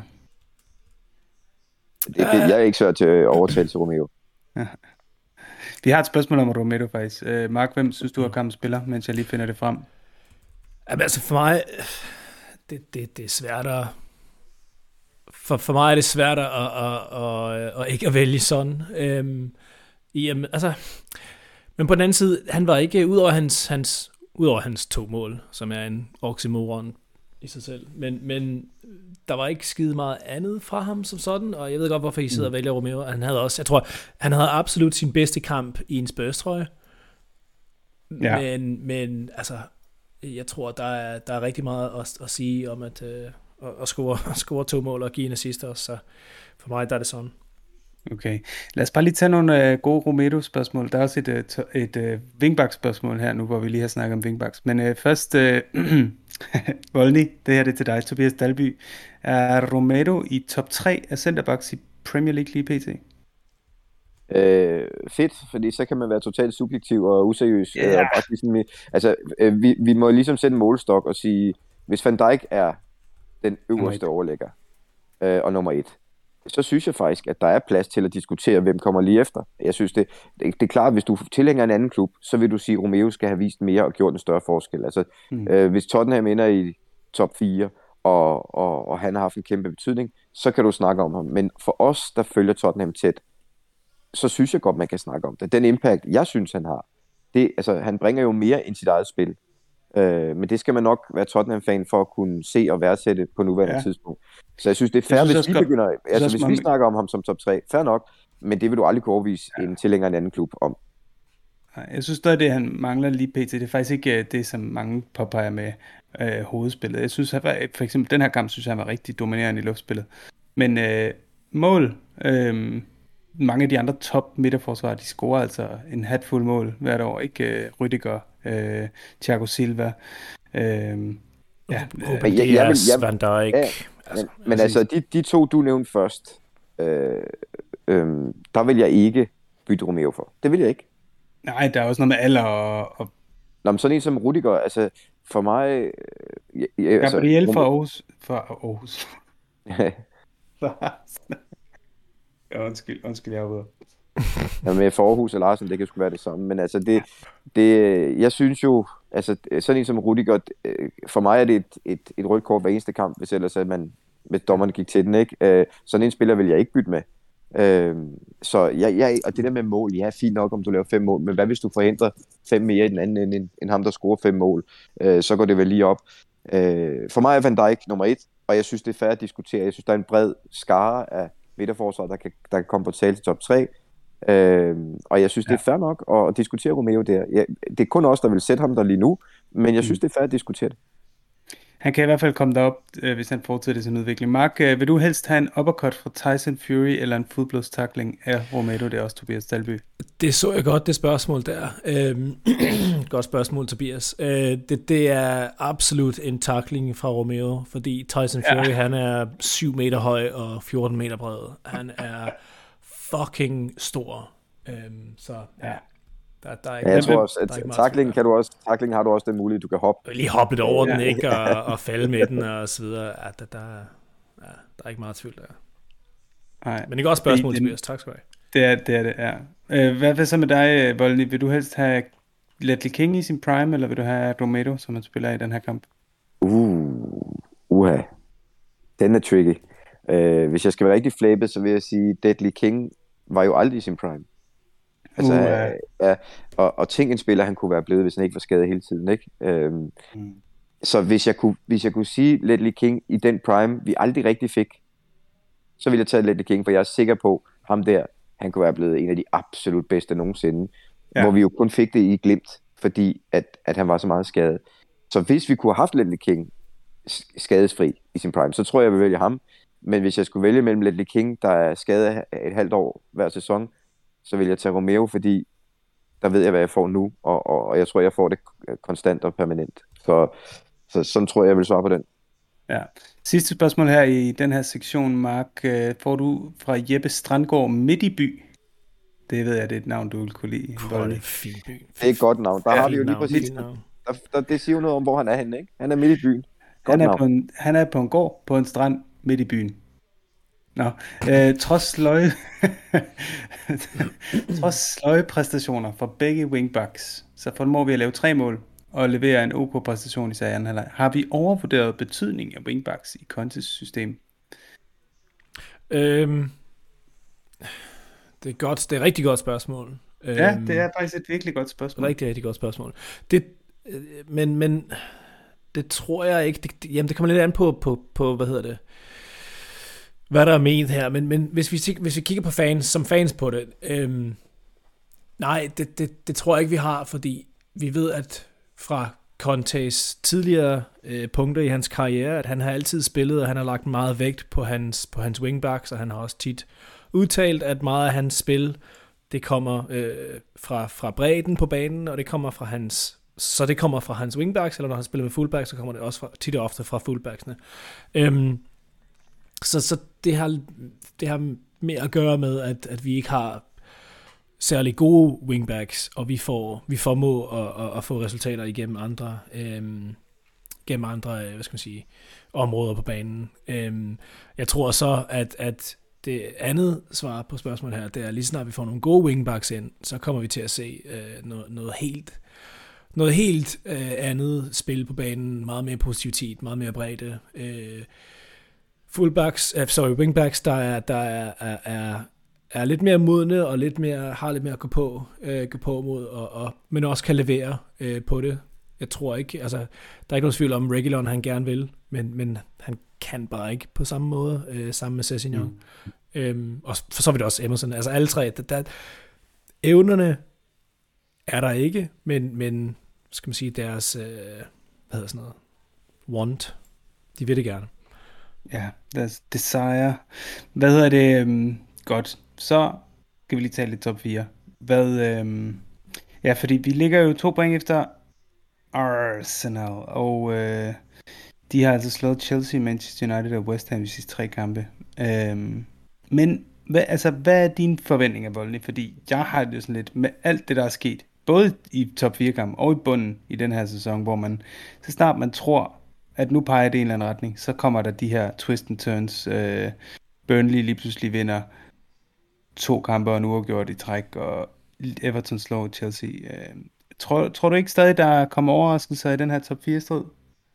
C: Det, det, jeg er ikke så til at overtale til Romero.
A: Vi har et spørgsmål om Romero faktisk. Øh, Mark, hvem synes du, at kampen spiller, mens jeg lige finder det frem?
B: Jamen, altså for mig, det, det, det er svært at... For, for mig er det svært at, at, at, at, at ikke at vælge sådan. Øhm, jamen, altså, men på den anden side, han var ikke, udover hans, hans, udover hans to mål, som er en oxymoron i sig selv, men, men der var ikke skide meget andet fra ham som sådan, og jeg ved godt, hvorfor I sidder mm. og vælger Romero. Han havde også, jeg tror, han havde absolut sin bedste kamp i en Spurs-trøje. Ja. Men, men altså, jeg tror, der er, der er rigtig meget at, at sige om at, øh, at score, at score to mål og give en assist også, så for mig der er det sådan.
A: Okay, lad os bare lige tage nogle uh, gode Romero-spørgsmål. Der er også et, et, et uh, wingback-spørgsmål her nu, hvor vi lige har snakket om wingbacks. Men uh, først, uh, Volny, det her det er til dig, Tobias Dalby. Er Romero i top tre af centerbacks i Premier League lige pt?
C: Øh, fedt, fordi så kan man være totalt subjektiv og useriøs. Yeah. Og bare ligesom, altså, øh, vi, vi må ligesom sætte en målestok og sige, hvis Van Dijk er den øverste overlægger øh, og nummer et, så synes jeg faktisk, at der er plads til at diskutere, hvem kommer lige efter. Jeg synes, det, det, det er klart, at hvis du tilhænger en anden klub, så vil du sige, at Romero skal have vist mere og gjort en større forskel. Altså, mm. øh, hvis Tottenham ender i top fire, og, og, og han har haft en kæmpe betydning, så kan du snakke om ham. Men for os, der følger Tottenham tæt, så synes jeg godt, man kan snakke om det. Den impact, jeg synes, han har, det, altså, han bringer jo mere end sit eget spil. Øh, men det skal man nok være Tottenham-fan for at kunne se og værdsætte på nuværende ja. tidspunkt. Så jeg synes, det er fair, hvis vi begynder... Altså, hvis vi snakker om ham som top tre, fair nok, men det vil du aldrig kunne overvise ja. en tilhænger af en anden klub om.
A: Jeg synes, det er det, han mangler lige pt. Det er faktisk ikke det, som mange påpeger med øh, hovedspillet. Jeg synes, han var, for eksempel den her kamp, synes jeg, han var rigtig dominerende i luftspillet. Men øh, mål... Øh, mange af de andre top midterforsvarer, de scorer altså en hatfuld mål hvert år, ikke? Uh, Rüdiger, uh, Thiago Silva, uh, ja,
B: Ruben Dias, Van Dijk.
C: Ja, altså, men, men altså, de, de to, du nævnte først, øh, øh, der vil jeg ikke bytte Romero for. Det vil jeg ikke.
A: Nej, der er også noget med alder og... og...
C: Nå, men sådan en som Rüdiger, altså, for mig... Øh, jeg,
A: altså, Gabriel fra Aarhus. Fra Aarhus. Ja, undskyld, undskyld, jeg er ude.
C: Ja, med Forhus og Larsen, det kan sgu være det samme, men altså det, det, jeg synes jo, altså sådan en som Rüdiger, for mig er det et, et, et rødt kort hver eneste kamp, hvis ellers at man, hvis dommerne gik til den, ikke? Sådan en spiller vil jeg ikke bytte med. Så jeg, jeg, og det der med mål, ja, fint nok, om du laver fem mål, men hvad hvis du forhindrer fem mere i den anden end, end ham, der scorer fem mål, så går det vel lige op. For mig er Van Dijk nummer et, og jeg synes, det er fair at diskutere. Jeg synes, der er en bred skare af midterforsvar, der kan, der kan komme på tale til top tre. Øh, og jeg synes, ja. det er fair nok at, at diskutere Romero der. Ja, det er kun os, der vil sætte ham der lige nu, men jeg synes, det er fair at diskutere det.
A: Han kan i hvert fald komme derop, øh, hvis han fortsætter sin udvikling. Mark, øh, vil du helst have en uppercut fra Tyson Fury, eller en full-blows tackling af Romero? Det er også Tobias Dalby.
B: Det så jeg godt, det spørgsmål der. Øhm, godt spørgsmål, Tobias. Øh, det, det er absolut en tackling fra Romero, fordi Tyson Fury, ja. han er syv meter høj og fjorten meter bred. Han er fucking stor. Øhm, så ja. Der, der er ikke,
C: ja, jeg tror også,
B: at
C: tackling, kan du også, tackling har du også den mulighed, du kan hoppe.
B: Lige hoppe lidt over ja. den, ikke? Og, og falde med den, og så videre. Ja, der, der, ja, der er ikke meget tvivl der.
A: Nej.
B: Men det er godt spørgsmål, Tobias. Tak skal du have.
A: Det er det, er det ja. Øh, hvad er så med dig, Volny? Vil du helst have Ledley King i sin prime, eller vil du have Romero, som han spiller i den her kamp?
C: Uh, uha. Den er tricky. Uh, hvis jeg skal være rigtig flabet, så vil jeg sige, Ledley King var jo aldrig i sin prime. Altså, uh, ja, og, og tænk en spiller, han kunne være blevet, hvis han ikke var skadet hele tiden, ikke? Um, mm. Så hvis jeg, kunne, hvis jeg kunne sige Ledley King i den prime, vi aldrig rigtig fik, så ville jeg tage Ledley King, for jeg er sikker på, ham der, han kunne være blevet en af de absolut bedste nogensinde, ja. Hvor vi jo kun fik det i glimt, fordi at, at han var så meget skadet. Så hvis vi kunne have haft Ledley King skadesfri i sin prime, så tror jeg, jeg vil vælge ham. Men hvis jeg skulle vælge mellem Ledley King, der er skadet et halvt år hver sæson, så vil jeg tage Romero, fordi der ved jeg, hvad jeg får nu, og, og, og jeg tror, jeg får det konstant og permanent. Så, så sådan tror jeg, jeg vil svare på den.
A: Ja. Sidste spørgsmål her i den her sektion, Mark. Får du fra Jeppe Strandgaard Midt i by? Det ved jeg, det er et navn, du vil kunne lide.
B: Oh, det er fin by.
C: Det er et godt navn. Der
B: ja,
C: har vi jo lige præcis. Der, der, det siger jo noget om, hvor han er henne, ikke? Han er midt i byen.
A: Han er, på en, han er på en gård på en strand midt i byen. Nå, øh, trods sløje trods sløje præstationer for begge wingbacks, så formår vi at lave tre mål og levere en OK præstation i serien. Har vi overvurderet betydningen af wingbacks i Contes system?
B: Øhm, det er godt, det er et rigtig godt spørgsmål.
A: Ja, det er faktisk et virkelig godt spørgsmål.
B: Rigtig, rigtig godt spørgsmål. Det, men, men det tror jeg ikke. Det, jamen, det kommer lidt an på, på, på hvad hedder det, hvad der er ment her. Men, men hvis, vi, hvis vi kigger på fans, som fans på det, øhm, nej, det, det, det tror jeg ikke, vi har, fordi vi ved, at fra Contes tidligere øh, punkter i hans karriere, at han har altid spillet, og han har lagt meget vægt på hans, på hans wingbacks, og han har også tit udtalt, at meget af hans spil, det kommer øh, fra, fra bredden på banen, og det kommer fra hans, så det kommer fra hans wingbacks, eller når han spiller med fullbacks, så kommer det også fra, tit og ofte fra fullbacksene. Øhm, så, så det har, det har med at gøre med, at, at vi ikke har særlig gode wingbacks, og vi får vi formå at, at, at få resultater igennem andre øhm, gennem andre, hvad skal man sige, områder på banen. Øhm, jeg tror så, at, at det andet svar på spørgsmålet her, det er lige snart vi får nogle gode wingbacks ind, så kommer vi til at se øh, noget, noget helt noget helt øh, andet spil på banen, meget mere positivitet, meget mere bredde. Øh, fullbacks, uh, sorry, wingbacks, der er der er, er, er er lidt mere modne og lidt mere har lidt mere at gå på, øh, gå på mod, og, og, men også kan levere øh, på det. Jeg tror ikke, altså, der er ikke nogen tvivl om, Reguilon han gerne vil, men, men han kan bare ikke på samme måde, øh, sammen med Sessegnon. Mm. Øhm, og for så vidt også Emerson. Altså alle tre, der, der, evnerne er der ikke, men, men skal man sige, deres, øh, hvad hedder sådan noget, want, de vil det gerne.
A: Ja, deres desire. Hvad hedder det? Um, godt. Så kan vi lige tage lidt top fire. Hvad, øhm, ja, fordi vi ligger jo to point efter Arsenal, og øh, de har altså slået Chelsea, Manchester United og West Ham i sidste tre kampe. Øhm, men hvad, altså, hvad er dine forventninger, Volny? Fordi jeg har det jo sådan lidt med alt det, der er sket, både i top fire kampe og i bunden i den her sæson, hvor man, så snart man tror, at nu peger det i en eller anden retning, så kommer der de her twist and turns. Øh, Burnley lige pludselig vinder to kampe og en uafgjort i træk, og Everton slår Chelsea. Øh, tror, tror du ikke stadig, der kommer overraskelser i den her top fire strid?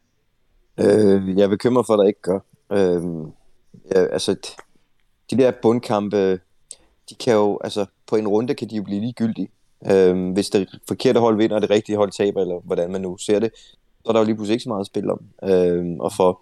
C: Øh, jeg er bekymret for, at der ikke gør. Øh, ja, altså, de der bundkampe, de kan jo, altså, på en runde kan de jo blive ligegyldige. Øh, hvis det forkerte hold vinder, og det rigtige hold taber, eller hvordan man nu ser det, så er der jo lige pludselig ikke så meget at spille om. Øh, og for,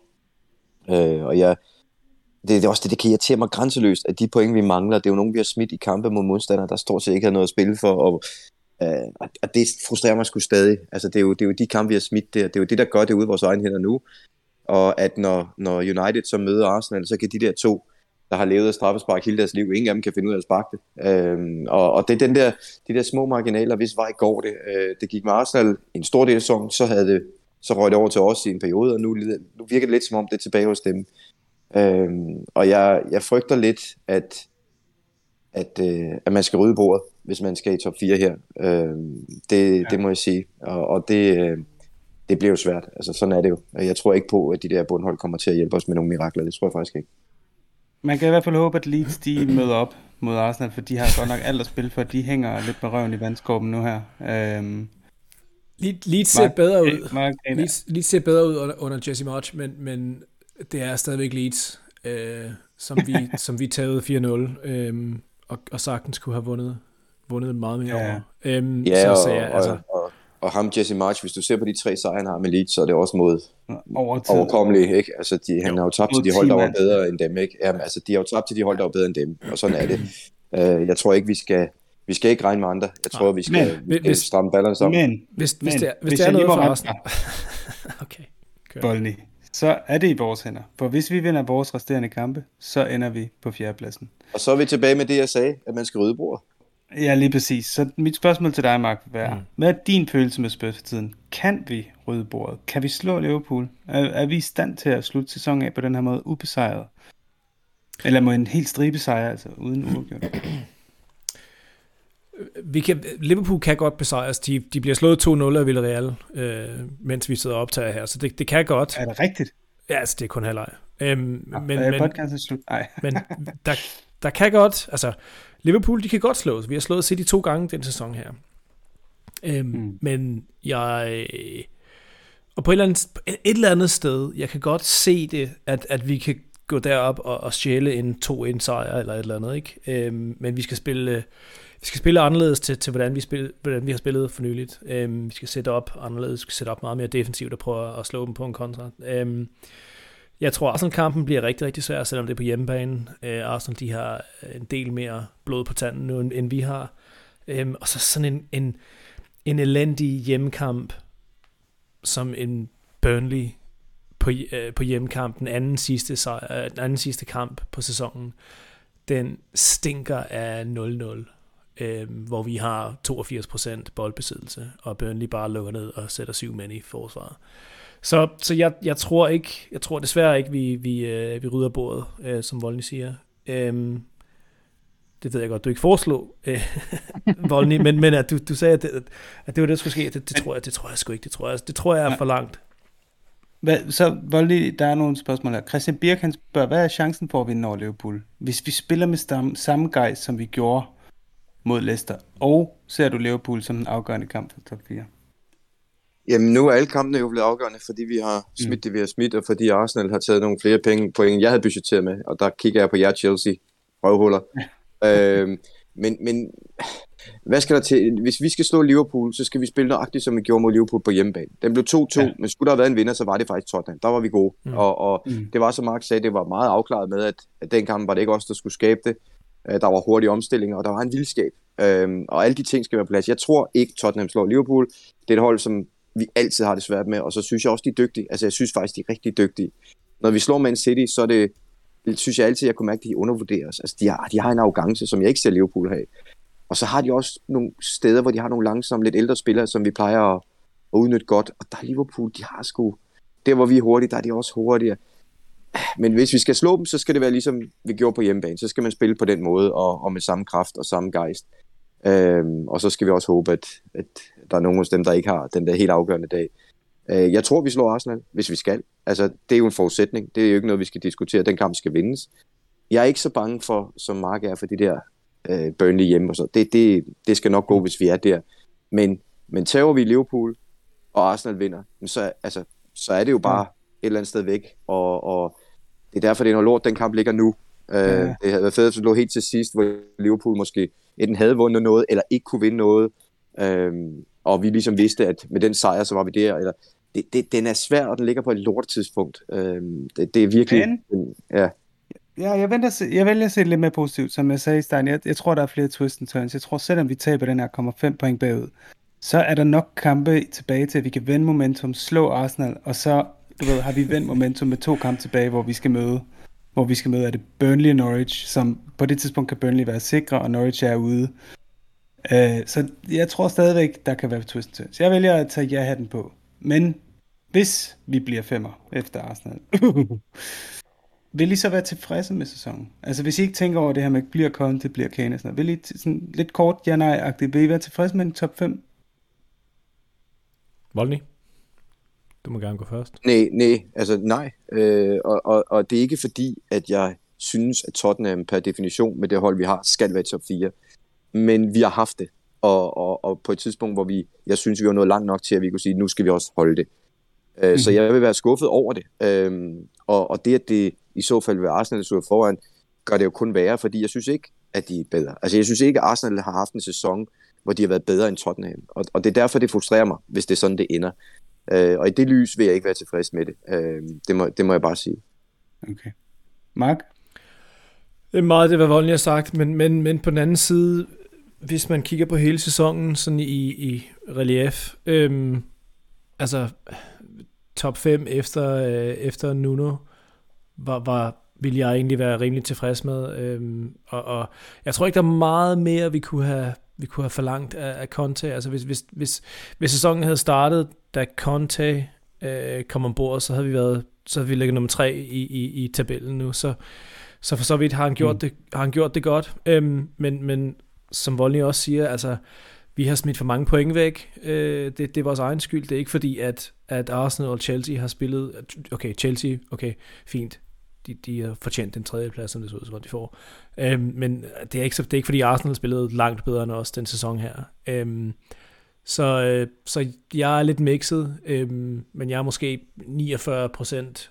C: øh, og jeg, Det, det er også det, det kan irritere mig grænseløst, at de point, vi mangler, det er jo nogen, vi har smidt i kampe mod modstandere, der stort set ikke har noget at spille for, og, øh, og det frustrerer mig sgu stadig. Altså, det er, jo, det er jo de kampe, vi har smidt der, det er jo det, der gør det ude i vores egne hænder nu. og at når, når United så møder Arsenal, så kan de der to, der har levet af straffespark hele deres liv, ingen af dem kan finde ud af at sparke det. Øhm, og, og det er den der, de der små marginaler, hvis vej går det. Øh, det gik med Arsenal en stor del af sæsonen, så havde det, så røg det over til os i en periode, og nu, nu virker det lidt som om det er tilbage hos dem. Øhm, og jeg, jeg frygter lidt, at, at, øh, at man skal rydde bordet, hvis man skal i top fire her. Øhm, det, ja. det må jeg sige. Og, og det, øh, det bliver jo svært. Altså, sådan er det jo. Jeg tror ikke på, at de der bundhold kommer til at hjælpe os med nogle mirakler. Det tror jeg faktisk ikke.
A: Man kan i hvert fald håbe, at Leeds de møder op mod Arsenal, for de har godt nok alt at spille for. De hænger lidt med røven i vandskorben nu her. Øhm,
B: Leeds ser bedre ud.
A: Mark,
B: Leeds, Leeds ser bedre ud under, under Jesse Marsch, men, men det er stadigvæk Leeds, øh, som vi som vi tagede fire nul, øh, og, og sagtens kunne have vundet, vundet meget mere
A: ja.
B: over. Øhm,
C: ja,
B: så,
C: og,
B: så jeg, altså,
C: og, og, og ham Jesse Marsch, hvis du ser på de tre sejre, han har med Leeds, så er det også mod overkommelige, ikke? Altså, de, han jo, har jo tabt til de hold, der var bedre end dem, ikke? Jamen, altså, de har jo tabt til de hold, der var bedre end dem, og sådan er det. Uh, jeg tror ikke, vi skal... Vi skal ikke regne med andre. Jeg tror, vi skal,
A: men,
C: vi skal stramme ballerne sammen.
A: Men,
B: hvis, hvis,
A: men,
B: det er, hvis,
A: hvis
B: det er noget for os...
A: okay. Bolny, så er det i vores hænder. For hvis vi vinder vores resterende kampe, så ender vi på fjerdepladsen.
C: Og så er vi tilbage med det, jeg sagde, at man skal rydde bordet.
A: Ja, lige præcis. Så mit spørgsmål til dig, Mark, vil være, mm. hvad er din følelse med Spurs for tiden? Kan vi rydde bordet? Kan vi slå Liverpool? Er, er vi i stand til at slutte sæsonen af på den her måde ubesejret? Eller må en helt stribe sejre, altså uden uafgjort?
B: Vi kan, Liverpool kan godt besejres. De, de bliver slået to nul af Villarreal, øh, mens vi sidder og optager her. Så det, det kan godt.
A: Er det rigtigt?
B: Ja, altså det er kun halvleg. Øhm,
A: ja,
B: men,
A: er
B: men,
A: podcasten slut? Nej.
B: men der, der kan godt, altså Liverpool, de kan godt slås. Vi har slået City to gange den sæson her. Øhm, mm. Men jeg... Og på et eller, andet, et eller andet sted, jeg kan godt se det, at, at vi kan gå derop og, og stjæle en to en sejr eller et eller andet, ikke? Øhm, men vi skal spille... Vi skal spille anderledes til, til hvordan, vi spil, hvordan vi har spillet for nyligt. Um, vi skal sætte op anderledes, vi skal sætte op meget mere defensivt og prøve at slå dem på en kontra. Um, jeg tror, at Arsenal-kampen bliver rigtig, rigtig svær, selvom det er på hjemmebane. Uh, Arsenal, de har en del mere blod på tanden nu, end, end vi har. Um, og så sådan en, en, en elendig hjemmekamp, som en Burnley på, uh, på hjemmekamp, den anden sidste, sejr, den anden sidste kamp på sæsonen, den stinker af nul nul. Øh, hvor vi har toogfirs procent boldbesiddelse, og Burnley bare lukker ned og sætter syv mænd i forsvaret. Så, så jeg, jeg tror ikke, jeg tror desværre ikke, vi, vi, øh, vi rydder bordet, øh, som Volny siger. Øh, det ved jeg godt, du ikke foreslog, øh, Volny, men, men at du, du sagde, at det, at det var det, der skulle ske. Det, det, tror jeg, det tror jeg sgu ikke. Det tror jeg, det tror jeg er for langt.
A: Hvad, så Volny, der er nogle spørgsmål her. Christian Birk, han spørger, hvad er chancen for at vinde over Liverpool? Hvis vi spiller med samme, samme gejst, som vi gjorde mod Leicester, og ser du Liverpool som en afgørende kamp for top fire?
C: Jamen nu er alle kampene jo blevet afgørende, fordi vi har smidt det, vi har smidt, og fordi Arsenal har taget nogle flere penge på end jeg havde budgetteret med, og der kigger jeg på jer Chelsea, røvhuller. øhm, men, men hvad skal der til? Hvis vi skal slå Liverpool, så skal vi spille nøjagtigt, som vi gjorde mod Liverpool på hjemmebane. Den blev to to, ja. Men skulle der have været en vinder, så var det faktisk Tottenham. Der var vi gode, mm. og, og mm. det var, som Mark sagde, det var meget afklaret med, at, at den kamp var det ikke os, der skulle skabe det. Der var hurtige omstillinger, og der var en vildskab. Øhm, og alle de ting skal være på plads. Jeg tror ikke, Tottenham slår Liverpool. Det er et hold, som vi altid har det svært med, og så synes jeg også, de er dygtige. Altså, jeg synes faktisk, de er rigtig dygtige. Når vi slår Man City, så er det, synes jeg altid, jeg kunne mærke, at de undervurderes. Altså, de har, de har en arrogance, som jeg ikke ser Liverpool have. Og så har de også nogle steder, hvor de har nogle langsomme, lidt ældre spillere, som vi plejer at, at udnytte godt. Og der er Liverpool, de har sgu... Der, hvor vi er hurtige, der er de også hurtigere. Men hvis vi skal slå dem, så skal det være ligesom vi gjorde på hjemmebane. Så skal man spille på den måde, og, og med samme kraft og samme gejst. Øhm, og så skal vi også håbe, at, at der er nogen af dem, der ikke har den der helt afgørende dag. Øh, jeg tror, vi slår Arsenal, hvis vi skal. Altså, det er jo en forudsætning. Det er jo ikke noget, vi skal diskutere. Den kamp skal vindes. Jeg er ikke så bange for, som Mark er, for de der øh, Burnley hjemme og så. Det, det, det skal nok gå, hvis vi er der. Men, men tager vi Liverpool, og Arsenal vinder, så, altså, så er det jo bare et eller andet sted væk. Og, og det er derfor, det er noget lort, den kamp ligger nu. Øh, ja. Det havde været fedt, at det lå helt til sidst, hvor Liverpool måske enten havde vundet noget, eller ikke kunne vinde noget. Øh, og vi ligesom vidste, at med den sejr, så var vi der. Eller, det, det, den er svær, og den ligger på et lort tidspunkt. Øh, det, det er virkelig...
A: Men,
C: ja.
A: Ja, jeg, venter, jeg vælger at se det lidt mere positivt, som jeg sagde i starten. Jeg, jeg tror, der er flere twists and turns. Jeg tror, selvom vi taber den her, kommer fem point bagud, så er der nok kampe tilbage til, at vi kan vende momentum, slå Arsenal, og så du ved, har vi vendt momentum med to kampe tilbage, hvor vi skal møde, hvor vi skal møde, er det Burnley og Norwich, som på det tidspunkt kan Burnley være sikre, og Norwich er ude. Uh, så jeg tror stadigvæk, der kan være twist til. Så jeg vælger at tage ja-hatten på. Men hvis vi bliver femmer efter Arsenal, vil I så være tilfredse med sæsonen? Altså hvis I ikke tænker over det her med, bliver Conte, bliver Kane og sådan noget, vil I sådan lidt kort, ja-nej-agtigt, vil I være tilfredse med en top fem?
B: Volny? Du må gerne gå først.
C: Nej, nej, altså nej. Øh, og, og, og det er ikke fordi, at jeg synes, at Tottenham per definition med det hold, vi har, skal være top fire. Men vi har haft det. Og, og, og på et tidspunkt, hvor vi, jeg synes, vi var nået langt nok til, at vi kunne sige, nu skal vi også holde det. Øh, mm-hmm. Så jeg vil være skuffet over det. Øh, og, og det, at det i så fald ved Arsenal, der stod foran, gør det jo kun værre, fordi jeg synes ikke, at de er bedre. Altså jeg synes ikke, at Arsenal har haft en sæson, hvor de har været bedre end Tottenham. Og, og det er derfor, det frustrerer mig, hvis det er sådan, det ender. Øh, og i det lys vil jeg ikke være tilfreds med det. Øh, det, må, det må jeg bare sige.
A: Okay. Mark?
B: Det er meget det, hvad Volny har sagt, men, men, men på den anden side, hvis man kigger på hele sæsonen sådan i, i relief, øhm, altså top fem efter, øh, efter Nuno, var, var, ville jeg egentlig være rimelig tilfreds med. Øhm, og, og jeg tror ikke, der er meget mere, vi kunne have, vi kunne have forlangt af, af Conte. Altså hvis, hvis, hvis, hvis sæsonen havde startet, da Conte øh, kom ombord, så havde vi været, så havde vi ligget nummer tre i, i, i tabellen nu. Så, så for så vidt har han gjort, mm. det, har han gjort det godt. Øhm, men, men som Volny også siger, altså vi har smidt for mange point væk. Øh, det, det er vores egen skyld. Det er ikke fordi, at, at Arsenal og Chelsea har spillet. Okay, Chelsea, okay, fint. De, de har fortjent den tredje plads, som det så ud, som de får. Øhm, men det er, ikke, det er ikke fordi Arsenal har spillet langt bedre end os den sæson her. Øhm, så, øh, så jeg er lidt mixet, øhm, men jeg er måske niogfyrre procent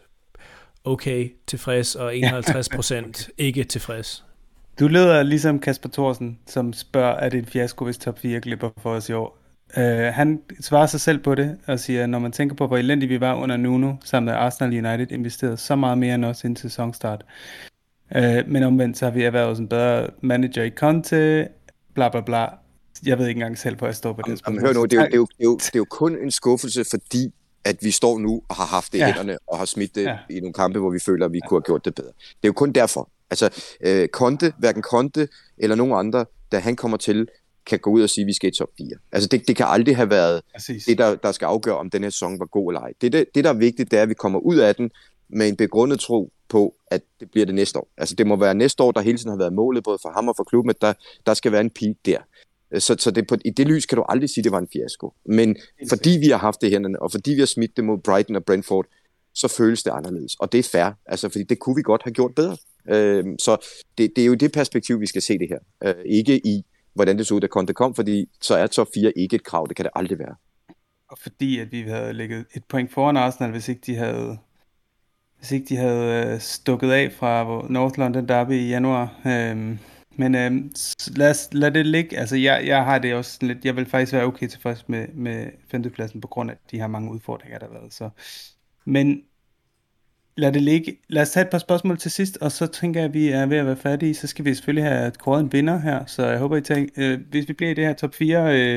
B: okay tilfreds, og enoghalvtreds procent ikke tilfreds.
A: Du lyder ligesom Kasper Thorsen, som spørger, er det en fiasko, hvis top fire glipper for os i år? Uh, han svarer sig selv på det, og siger, når man tænker på, hvor elendige vi var under Nuno, sammen med Arsenal United, investerede så meget mere end os inden sæsonstart. Uh, men omvendt, så har vi erhvervet en bedre manager i Conte, bla bla bla. Jeg ved ikke engang selv, hvor jeg står på det.
C: Jamen, hør nu, det er, jo, det, er jo, det, er jo, det er jo kun en skuffelse, fordi at vi står nu og har haft det i ja. hænderne, og har smidt det ja. i nogle kampe, hvor vi føler, at vi ja. kunne have gjort det bedre. Det er jo kun derfor. Altså, øh, Conte, hverken Conte eller nogen andre, da han kommer til, kan gå ud og sige, at vi skal i top fire. Altså, det, det kan aldrig have været Præcis. det, der, der skal afgøre, om den her sæson var god eller ej. Det, det, det, der er vigtigt, det er, at vi kommer ud af den med en begrundet tro på, at det bliver det næste år. Altså, det må være næste år, der hele tiden har været målet, både for ham og for klubben, at der, der skal være en peak der. Så, så det, på, i det lys kan du aldrig sige, at det var en fiasko. Men fordi vi har haft det hænderne, og fordi vi har smidt det mod Brighton og Brentford, så føles det anderledes. Og det er fair, altså, fordi det kunne vi godt have gjort bedre. Øh, så det, det er jo i det perspektiv, vi skal se det her. Øh, ikke i, hvordan det så ud, da Conte kom, fordi så er top fire ikke et krav. Det kan det aldrig være.
A: Og fordi at vi havde ligget et point foran Arsenal, hvis ikke de havde, hvis ikke de havde stukket af fra North London Derby i januar. Øh, men øh, lad, os, lad det ligge. Altså, jeg, jeg har det også lidt. Jeg vil faktisk være okay tilfreds med, med femtepladsen, på grund af de her mange udfordringer, der har været. Så. Men lad det ligge. Lad os tage et par spørgsmål til sidst, og så tænker jeg, at vi er ved at være færdige. Så skal vi selvfølgelig have kåret en vinder her, så jeg håber, I tager, øh, hvis vi bliver i det her top fire øh,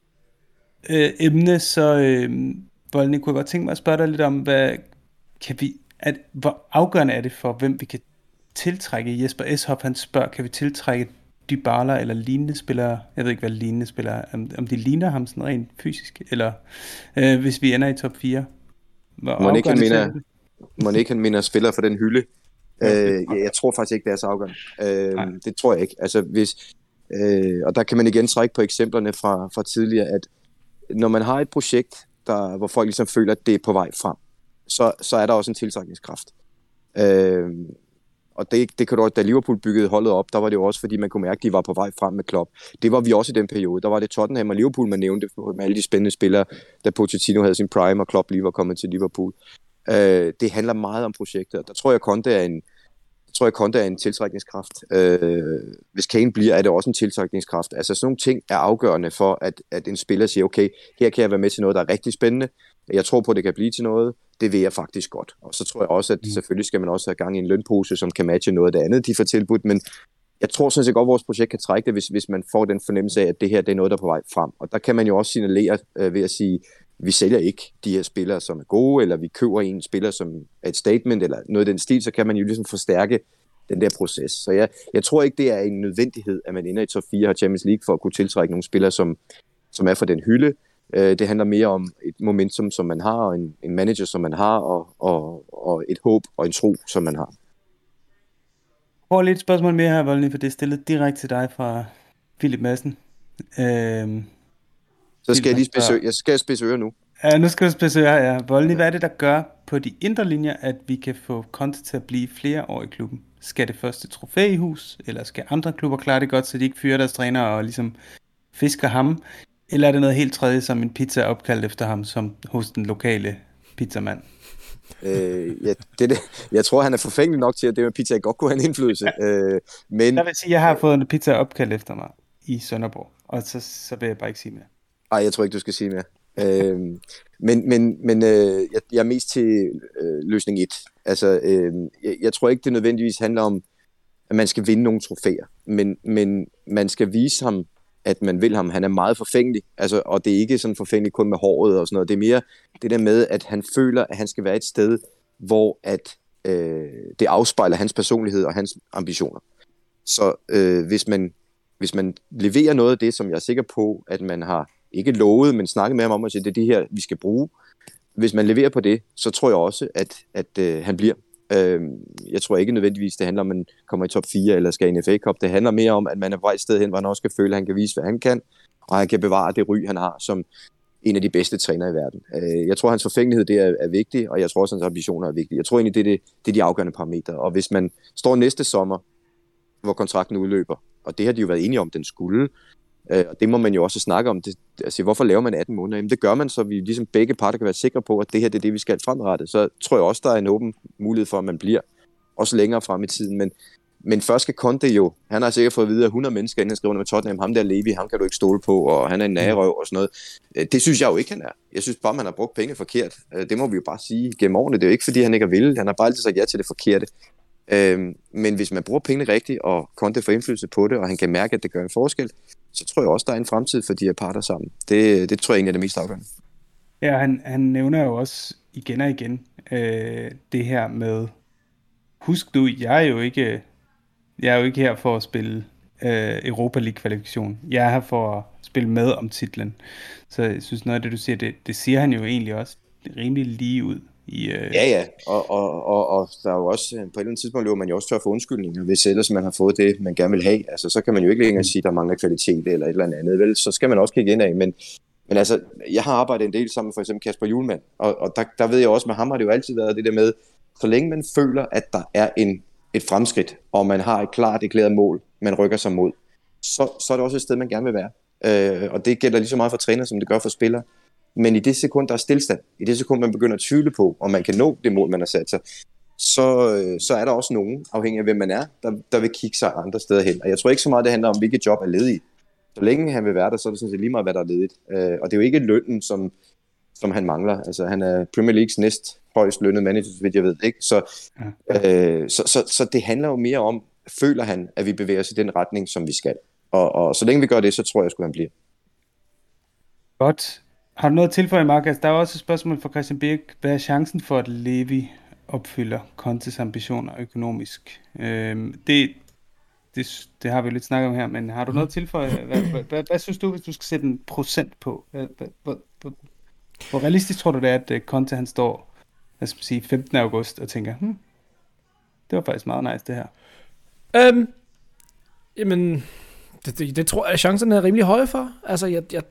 A: øh, emne, så øh, Volny, kunne jeg godt tænke mig at spørge dig lidt om, hvad kan vi, at, hvor afgørende er det for, hvem vi kan tiltrække? Jesper Eshoff, han spørger, kan vi tiltrække Dybala eller lignende spillere? Jeg ved ikke, hvad lignende spillere, om, om de ligner ham sådan rent fysisk, eller øh, hvis vi ender i top fire.
C: Må ikke han mener, må ikke han mener spillere for den hylde? Øh, jeg, jeg tror faktisk ikke, det er så afgørende. Øh, det tror jeg ikke. Altså, hvis, øh, og der kan man igen trække på eksemplerne fra, fra tidligere, at når man har et projekt, der, hvor folk ligesom føler, at det er på vej frem, så, så er der også en tiltrækningskraft. Øh, og det, det kan du også, da Liverpool byggede holdet op, der var det jo også, fordi man kunne mærke, at de var på vej frem med Klopp. Det var vi også i den periode. Der var det Tottenham og Liverpool, man nævnte med alle de spændende spillere, da Pochettino havde sin prime, og Klopp lige var kommet til Liverpool. Øh, det handler meget om projektet. Der tror jeg, Conte er en, jeg tror jeg, Conte er en tiltrækningskraft. Øh, hvis Kane bliver, er det også en tiltrækningskraft. Altså sådan nogle ting er afgørende for, at, at en spiller siger, okay, her kan jeg være med til noget, der er rigtig spændende. Jeg tror på, at det kan blive til noget. Det vil jeg faktisk godt. Og så tror jeg også, at selvfølgelig skal man også have gang i en lønpose, som kan matche noget af det andet, de får tilbudt. Men jeg tror sådan set godt, at vores projekt kan trække det, hvis, hvis man får den fornemmelse af, at det her det er noget, der er på vej frem. Og der kan man jo også signalere øh, ved at sige, vi sælger ikke de her spillere, som er gode, eller vi køber en spiller, som er et statement, eller noget af den stil, så kan man jo ligesom forstærke den der proces. Så jeg, jeg tror ikke, det er en nødvendighed, at man ender i top fire og Champions League for at kunne tiltrække nogle spillere, som, som er for den hylde. Det handler mere om et momentum, som man har, og en, en manager, som man har, og, og, og et håb og en tro, som man har.
A: Prøv lidt et spørgsmål mere her, Voldny, for det er stillet direkte til dig fra Philip Madsen. Øhm,
C: Så skal jeg lige spidse, jeg skal spidse ører nu.
A: Ja, nu skal du spidse ører, ja. Voldny, hvad er det, der gør på de indre linjer, at vi kan få Conte til at blive flere år i klubben? Skal det første trofæ i hus, eller skal andre klubber klare det godt, så de ikke fyrer deres træner og ligesom fisker ham? Eller er det noget helt tredje, som en pizza er opkaldt efter ham, som hos den lokale pizzamand?
C: Øh, ja, det, det, jeg tror, han er forfængelig nok til, at det med pizza godt kunne have en indflydelse. Øh, men
A: jeg vil sige, at jeg har fået en pizza opkaldt efter mig i Sønderborg, og så, så vil jeg bare ikke sige mere.
C: Nej, jeg tror ikke, du skal sige mere. Øh, men men, men øh, jeg, jeg er mest til øh, løsning et. Altså, øh, jeg, jeg tror ikke, det nødvendigvis handler om, at man skal vinde nogle trofæer, men, men man skal vise ham, at man vil ham. Han er meget forfængelig, altså, og det er ikke sådan forfængelig kun med håret og sådan noget. Det er mere det der med, at han føler, at han skal være et sted, hvor at, øh, det afspejler hans personlighed og hans ambitioner. Så øh, hvis, man, hvis man leverer noget af det, som jeg er sikker på, at man har ikke lovet, men snakket med ham om, at det er det her, vi skal bruge. Hvis man leverer på det, så tror jeg også, at, at øh, han bliver. Øh, jeg tror ikke nødvendigvis, det handler om, at man kommer i top fire eller skal i en F A Cup. Det handler mere om, at man er på vej et sted hen, hvor han også skal føle, at han kan vise, hvad han kan, og han kan bevare det ry, han har som en af de bedste trænere i verden. Øh, jeg tror, hans forfængelighed det er, er vigtig, og jeg tror også, hans ambitioner er vigtige. Jeg tror egentlig, det er, det, det er de afgørende parametre. Og hvis man står næste sommer, hvor kontrakten udløber, og det har de jo været enige om, den skulle, øh, og det må man jo også snakke om. Det, altså, hvorfor laver man atten måneder? Jamen, det gør man, så vi ligesom begge parter kan være sikre på, at det her det er det, vi skal fremrette. Så tror jeg også, der er en åben mulighed for, at man bliver også længere frem i tiden. Men, men først skal Conte jo, han har sikkert fået at vide, at hundrede mennesker, inden han skriver med Tottenham, ham der Levy, ham kan du ikke stole på, og han er en nagerøv og sådan noget. Det synes jeg jo ikke, han er. Jeg synes bare, man har brugt penge forkert. Det må vi jo bare sige gennem årene. Det er jo ikke, fordi han ikke har villet. Han har bare altid sagt ja til det forkerte. Øhm, men hvis man bruger pengene rigtigt, og Conte får indflydelse på det, og han kan mærke, at det gør en forskel, så tror jeg også, der er en fremtid for de her parter sammen. Det, det tror jeg egentlig er det mest afgørende.
A: Ja, han, han nævner jo også igen og igen øh, det her med, husk du, jeg er jo ikke, jeg er jo ikke her for at spille øh, Europa League-kvalifikation. Jeg er her for at spille med om titlen. Så jeg synes, noget af det, du siger, det, det siger han jo egentlig også rimelig lige ud. I, øh...
C: Ja, ja, og, og, og, og der er jo også, på et eller andet tidspunkt løber man jo også tør for undskyldninger, hvis ellers man har fået det, man gerne vil have. Altså, så kan man jo ikke længere sige, at der mangler kvalitet eller et eller andet, vel? Så skal man også kigge ind af, men, men altså, jeg har arbejdet en del sammen med for eksempel Kasper Hjulmand, og, og der, der ved jeg også, med ham har det jo altid været det der med, så længe man føler, at der er en, et fremskridt, og man har et klart erklæret mål, man rykker sig mod, så, så er det også et sted, man gerne vil være. Øh, og det gælder lige så meget for træner, som det gør for spillere. Men i det sekund, der er stillstand, i det sekund, man begynder at tvivle på, om man kan nå det mål, man har sat sig, så, så er der også nogen, afhængig af hvem man er, der, der vil kigge sig andre steder hen. Og jeg tror ikke så meget, det handler om, hvilket job er ledig. Så længe han vil være der, så er det sådan set lige meget, hvad der er ledigt. Øh, og det er jo ikke lønnen, som, som han mangler. Altså, han er Premier Leagues næst højst lønnet manager, så vidt jeg ved. Ikke? Så, øh, så, så, så det handler jo mere om, føler han, at vi bevæger os i den retning, som vi skal. Og, og så længe vi gør det, så tror jeg, at han bliver.
A: Godt. Har du noget at tilføje, Markus? Der er også et spørgsmål fra Christian Birk. Hvad er chancen for, at Levy opfylder Contes ambitioner økonomisk? Øhm, det, det, det har vi lidt snakket om her, men har du noget at tilføje? Hvad, hvad, hvad, hvad synes du, hvis du skal sætte en procent på? Hvad, hvad, hvor, hvor, hvor realistisk tror du det er, at Conte han står, lad os sige, femtende august og tænker, hm, det var faktisk meget nice det her?
B: Øhm, jamen, det, det, det tror jeg, chancerne er rimelig høje for. Altså, jeg... jeg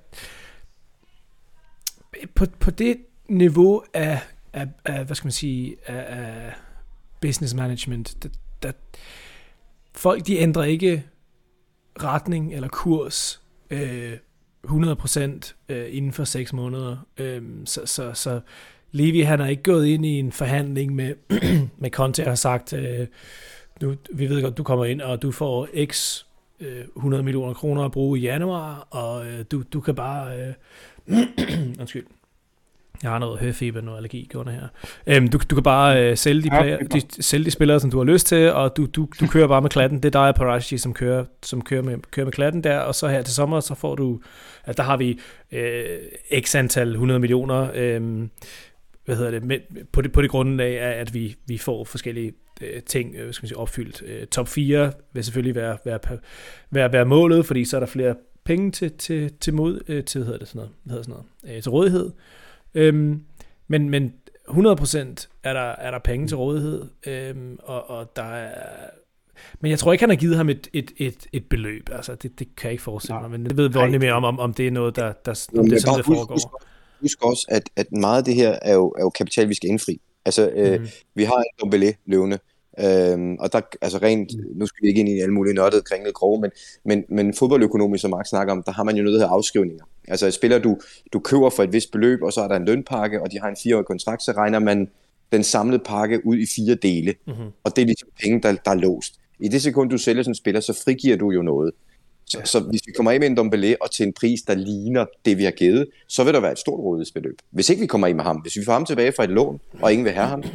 B: På, på det niveau af, af, af hvad skal man sige, af, af business management, der, der, folk de ændrer ikke retning eller kurs øh, hundrede procent øh, inden for seks måneder. Øh, så, så, så Levy han har ikke gået ind i en forhandling med, med Conte og har sagt, øh, nu, vi ved godt, du kommer ind, og du får x øh, hundrede millioner kroner at bruge i januar, og øh, du, du kan bare... Øh, undskyld. Jeg har noget høfeber, noget allergi gående her. Øhm, du, du kan bare øh, sælge, de player, de, sælge de spillere, som du har lyst til, og du, du, du kører bare med klatten. Det er dig og Parashi, som kører, som kører, med, kører med klatten der, og så her til sommer, så får du, at der har vi øh, x antal hundrede millioner, øh, hvad hedder det, med, på det, på det grundlag af, at vi, vi får forskellige øh, ting øh, skal man sige, opfyldt. Øh, top fire vil selvfølgelig være, være, være, være målet, fordi så er der flere penge til, til, til mod, øh, til, hvad hedder det sådan noget, hvad hedder sådan noget, øh, til rådighed. Øhm, men, men hundrede procent er der, er der penge til rådighed, øhm, og, og der er... Men jeg tror ikke, han har givet ham et, et, et, et beløb. Altså, det, det kan jeg ikke forestille mig. Men det ved Voldny mere om, om, om det er noget, der, der om det er sådan, det foregår.
C: Husk, husk også, at, at meget af det her er jo, er jo kapital, vi skal indfri. Altså, mm-hmm. øh, vi har en Dombele løvende, Øhm, og der, altså rent, nu skal vi ikke ind i alle mulige nørdede kringlede kroge, men, men, men fodboldøkonomisk, som Mark snakker om, der har man jo noget af afskrivninger. Altså et spiller, du, du køber for et vist beløb, og så er der en lønpakke, og de har en fireårig kontrakt, så regner man den samlede pakke ud i fire dele, mm-hmm. og det er ligesom penge, der, der er låst. I det sekund, du sælger sådan en spiller, så frigiver du jo noget. Så, ja. så hvis vi kommer ind med en Dombele, og til en pris, der ligner det, vi har givet, så vil der være et stort rådighedsbeløb. Hvis ikke vi kommer ind med ham, hvis vi får ham tilbage fra et lån, og ingen vil have ham,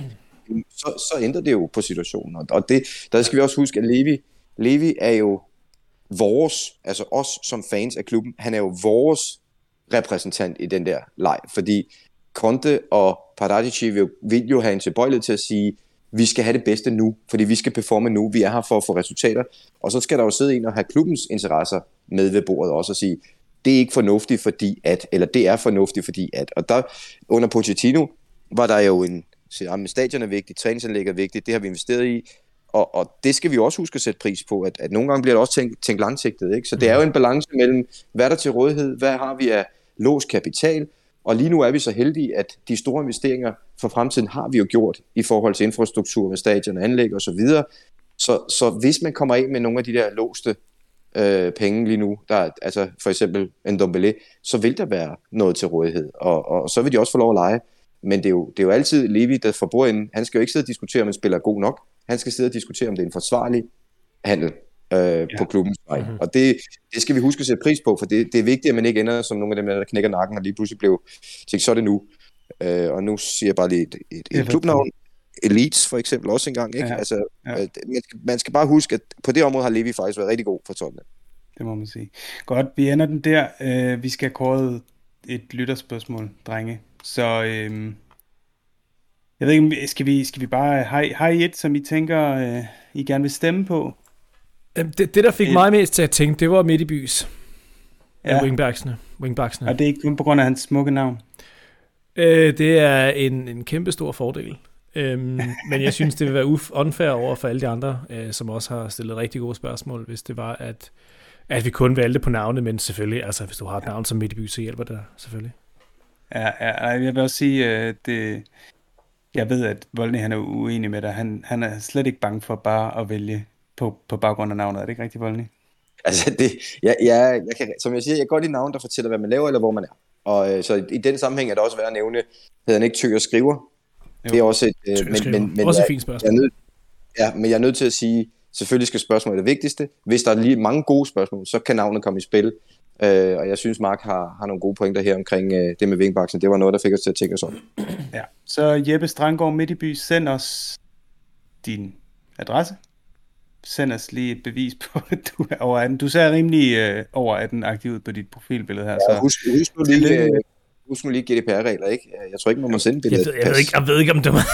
C: Så, så ændrer det jo på situationen. Og det, der skal vi også huske, at Levi, Levi er jo vores, altså os som fans af klubben, han er jo vores repræsentant i den der leg. Fordi Conte og Paratici vil, vil jo have en tilbøjelighed til at sige, vi skal have det bedste nu, fordi vi skal performe nu, vi er her for at få resultater. Og så skal der jo sidde en og have klubbens interesser med ved bordet også og sige, det er ikke fornuftigt fordi at, eller det er fornuftigt fordi at. Og der under Pochettino var der jo en så ja, stadion er vigtigt, træningsanlæg er vigtigt, det har vi investeret i, og, og det skal vi også huske at sætte pris på, at, at nogle gange bliver det også tænkt, tænkt langsigtet, ikke? Så det er jo en balance mellem, hvad er der til rådighed, hvad har vi af låst kapital, og lige nu er vi så heldige, at de store investeringer for fremtiden har vi jo gjort i forhold til infrastruktur med stadion, anlæg og så videre, så, så hvis man kommer ind med nogle af de der låste øh, penge lige nu, der, altså for eksempel en Dombele, så vil der være noget til rådighed, og, og så vil de også få lov at lege. Men det er, jo, det er jo altid Levi, der får bordenden. Han skal jo ikke sidde og diskutere, om en spiller er god nok. Han skal sidde og diskutere, om det er en forsvarlig handel øh, ja. på klubbens vej. Mm-hmm. Og det, det skal vi huske at sætte pris på, for det, det er vigtigt, at man ikke ender som nogle af dem, der knækker nakken, og lige pludselig blev tænkt, så er det nu. Øh, og nu siger jeg bare lige et, et, et klubnavn. Elites for eksempel også engang. Ikke? Ja. Altså, ja. øh, man, skal, man skal bare huske, at på det område har Levi faktisk været rigtig god for Tottenham.
A: Det må man sige. Godt, vi ender den der. Øh, vi skal kåre et lytterspørgsmål, drenge. Så øhm, jeg ved ikke, skal vi, skal vi bare... Har, har I et, som I tænker, øh, I gerne vil stemme på?
B: Det, det der fik et. mig mest til at tænke, det var midt i bys. Ja. Wingbacksene. Wingbacksene.
A: Og det er ikke kun på grund af hans smukke navn?
B: Øh, det er en, en kæmpe stor fordel. øhm, men jeg synes, det vil være unfair over for alle de andre, øh, som også har stillet rigtig gode spørgsmål, hvis det var, at, at vi kun valgte på navne, men selvfølgelig, altså hvis du har et navn som midt i bys, så hjælper det selvfølgelig.
A: Ja, ja, jeg vil også sige, at det, jeg ved, at Voldny han er uenig med dig. Han, han er slet ikke bange for bare at vælge på, på baggrund af navnet. Er det ikke rigtigt, Voldny?
C: Altså, det, jeg, jeg, jeg kan, som jeg siger, jeg kan godt lide navn, der fortæller, hvad man laver, eller hvor man er. Og øh, så i, i den sammenhæng er det også værd at nævne, hedder han ikke Tøger Skriver? Jo. Det er også et... Øh, men, men, men
B: også
C: jeg,
B: et fint spørgsmål.
C: Jeg er nød, ja, men jeg er nødt til at sige, selvfølgelig skal spørgsmålet det vigtigste. Hvis der er lige mange gode spørgsmål, så kan navnet komme i spil. Øh, og jeg synes, Mark har, har nogle gode pointer her omkring øh, det med vingbaksen. Det var noget, der fik os til at tænke os om.
A: Ja. Så Jeppe Strandgaard midt i by, send os din adresse. Send os lige et bevis på, at du er over atten. Du ser rimelig øh, over atten-agtig ud på dit profilbillede her.
C: Ja, så husk, husk nu lige, øh, husk nu lige G D P R-regler, ikke? Jeg tror ikke, man må sende billedet.
B: Jeg, jeg, ved ikke, jeg ved ikke, om det var...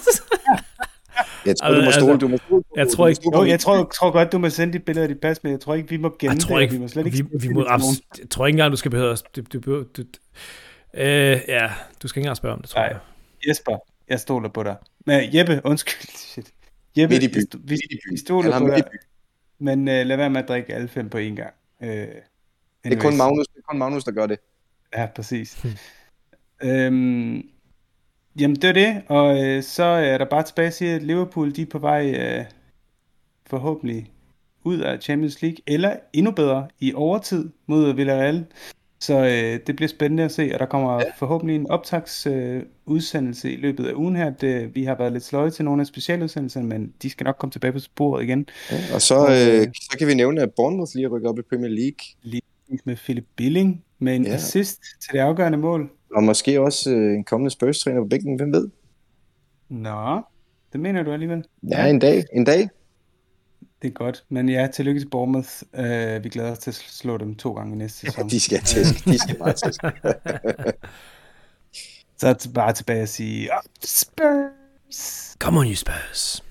C: Jeg tror, du må stole, du må stole.
B: Jeg tror ikke.
A: Jo, jeg tror, tror godt, du må sende dit billede af dit pas, men jeg tror ikke, vi må gemme
B: jeg tror ikke,
A: det. Vi må slet ikke
B: vi, vi må abs- jeg tror ikke engang, du skal behøve... Du, du, du, du, øh, ja, du skal ikke engang spørge om det, tror
A: Nej.
B: jeg.
A: Jesper, jeg stoler på dig. Men Jeppe, undskyld. Shit. Jeppe,
C: midt i by.
A: Vi, vi stoler på dig. Men uh, lad være med at drikke alle fem på én gang. Uh,
C: det, er kun Magnus, det er kun Magnus, der gør det.
A: Ja, præcis. Hmm. øhm, jamen, det er det. Og øh, så er der bare tilbage at sige, at Liverpool, de er på vej øh, forhåbentlig ud af Champions League, eller endnu bedre i overtid mod Villarreal. Så øh, det bliver spændende at se, og der kommer ja. forhåbentlig en optagsudsendelse øh, i løbet af ugen her. Det, vi har været lidt sløje til nogle af specialudsendelserne, men de skal nok komme tilbage på sporet igen.
C: Ja, og så, øh, så kan vi nævne, at Bournemouth lige rykker op i Premier League.
A: Lige med Philip Billing med en ja. assist til det afgørende mål.
C: Og måske også øh, en kommende Spurs-træner på bænken, hvem ved?
A: Nå, det mener du alligevel?
C: Ja, en dag. En dag.
A: Det er godt. Men ja, tillykke til Bournemouth. Uh, vi glæder os til at slå dem to gange i næste sæson.
C: De skal tæsk. De skal bare tæsk.
A: Så bare tilbage og sige, oh, Spurs!
B: Come on, you Spurs!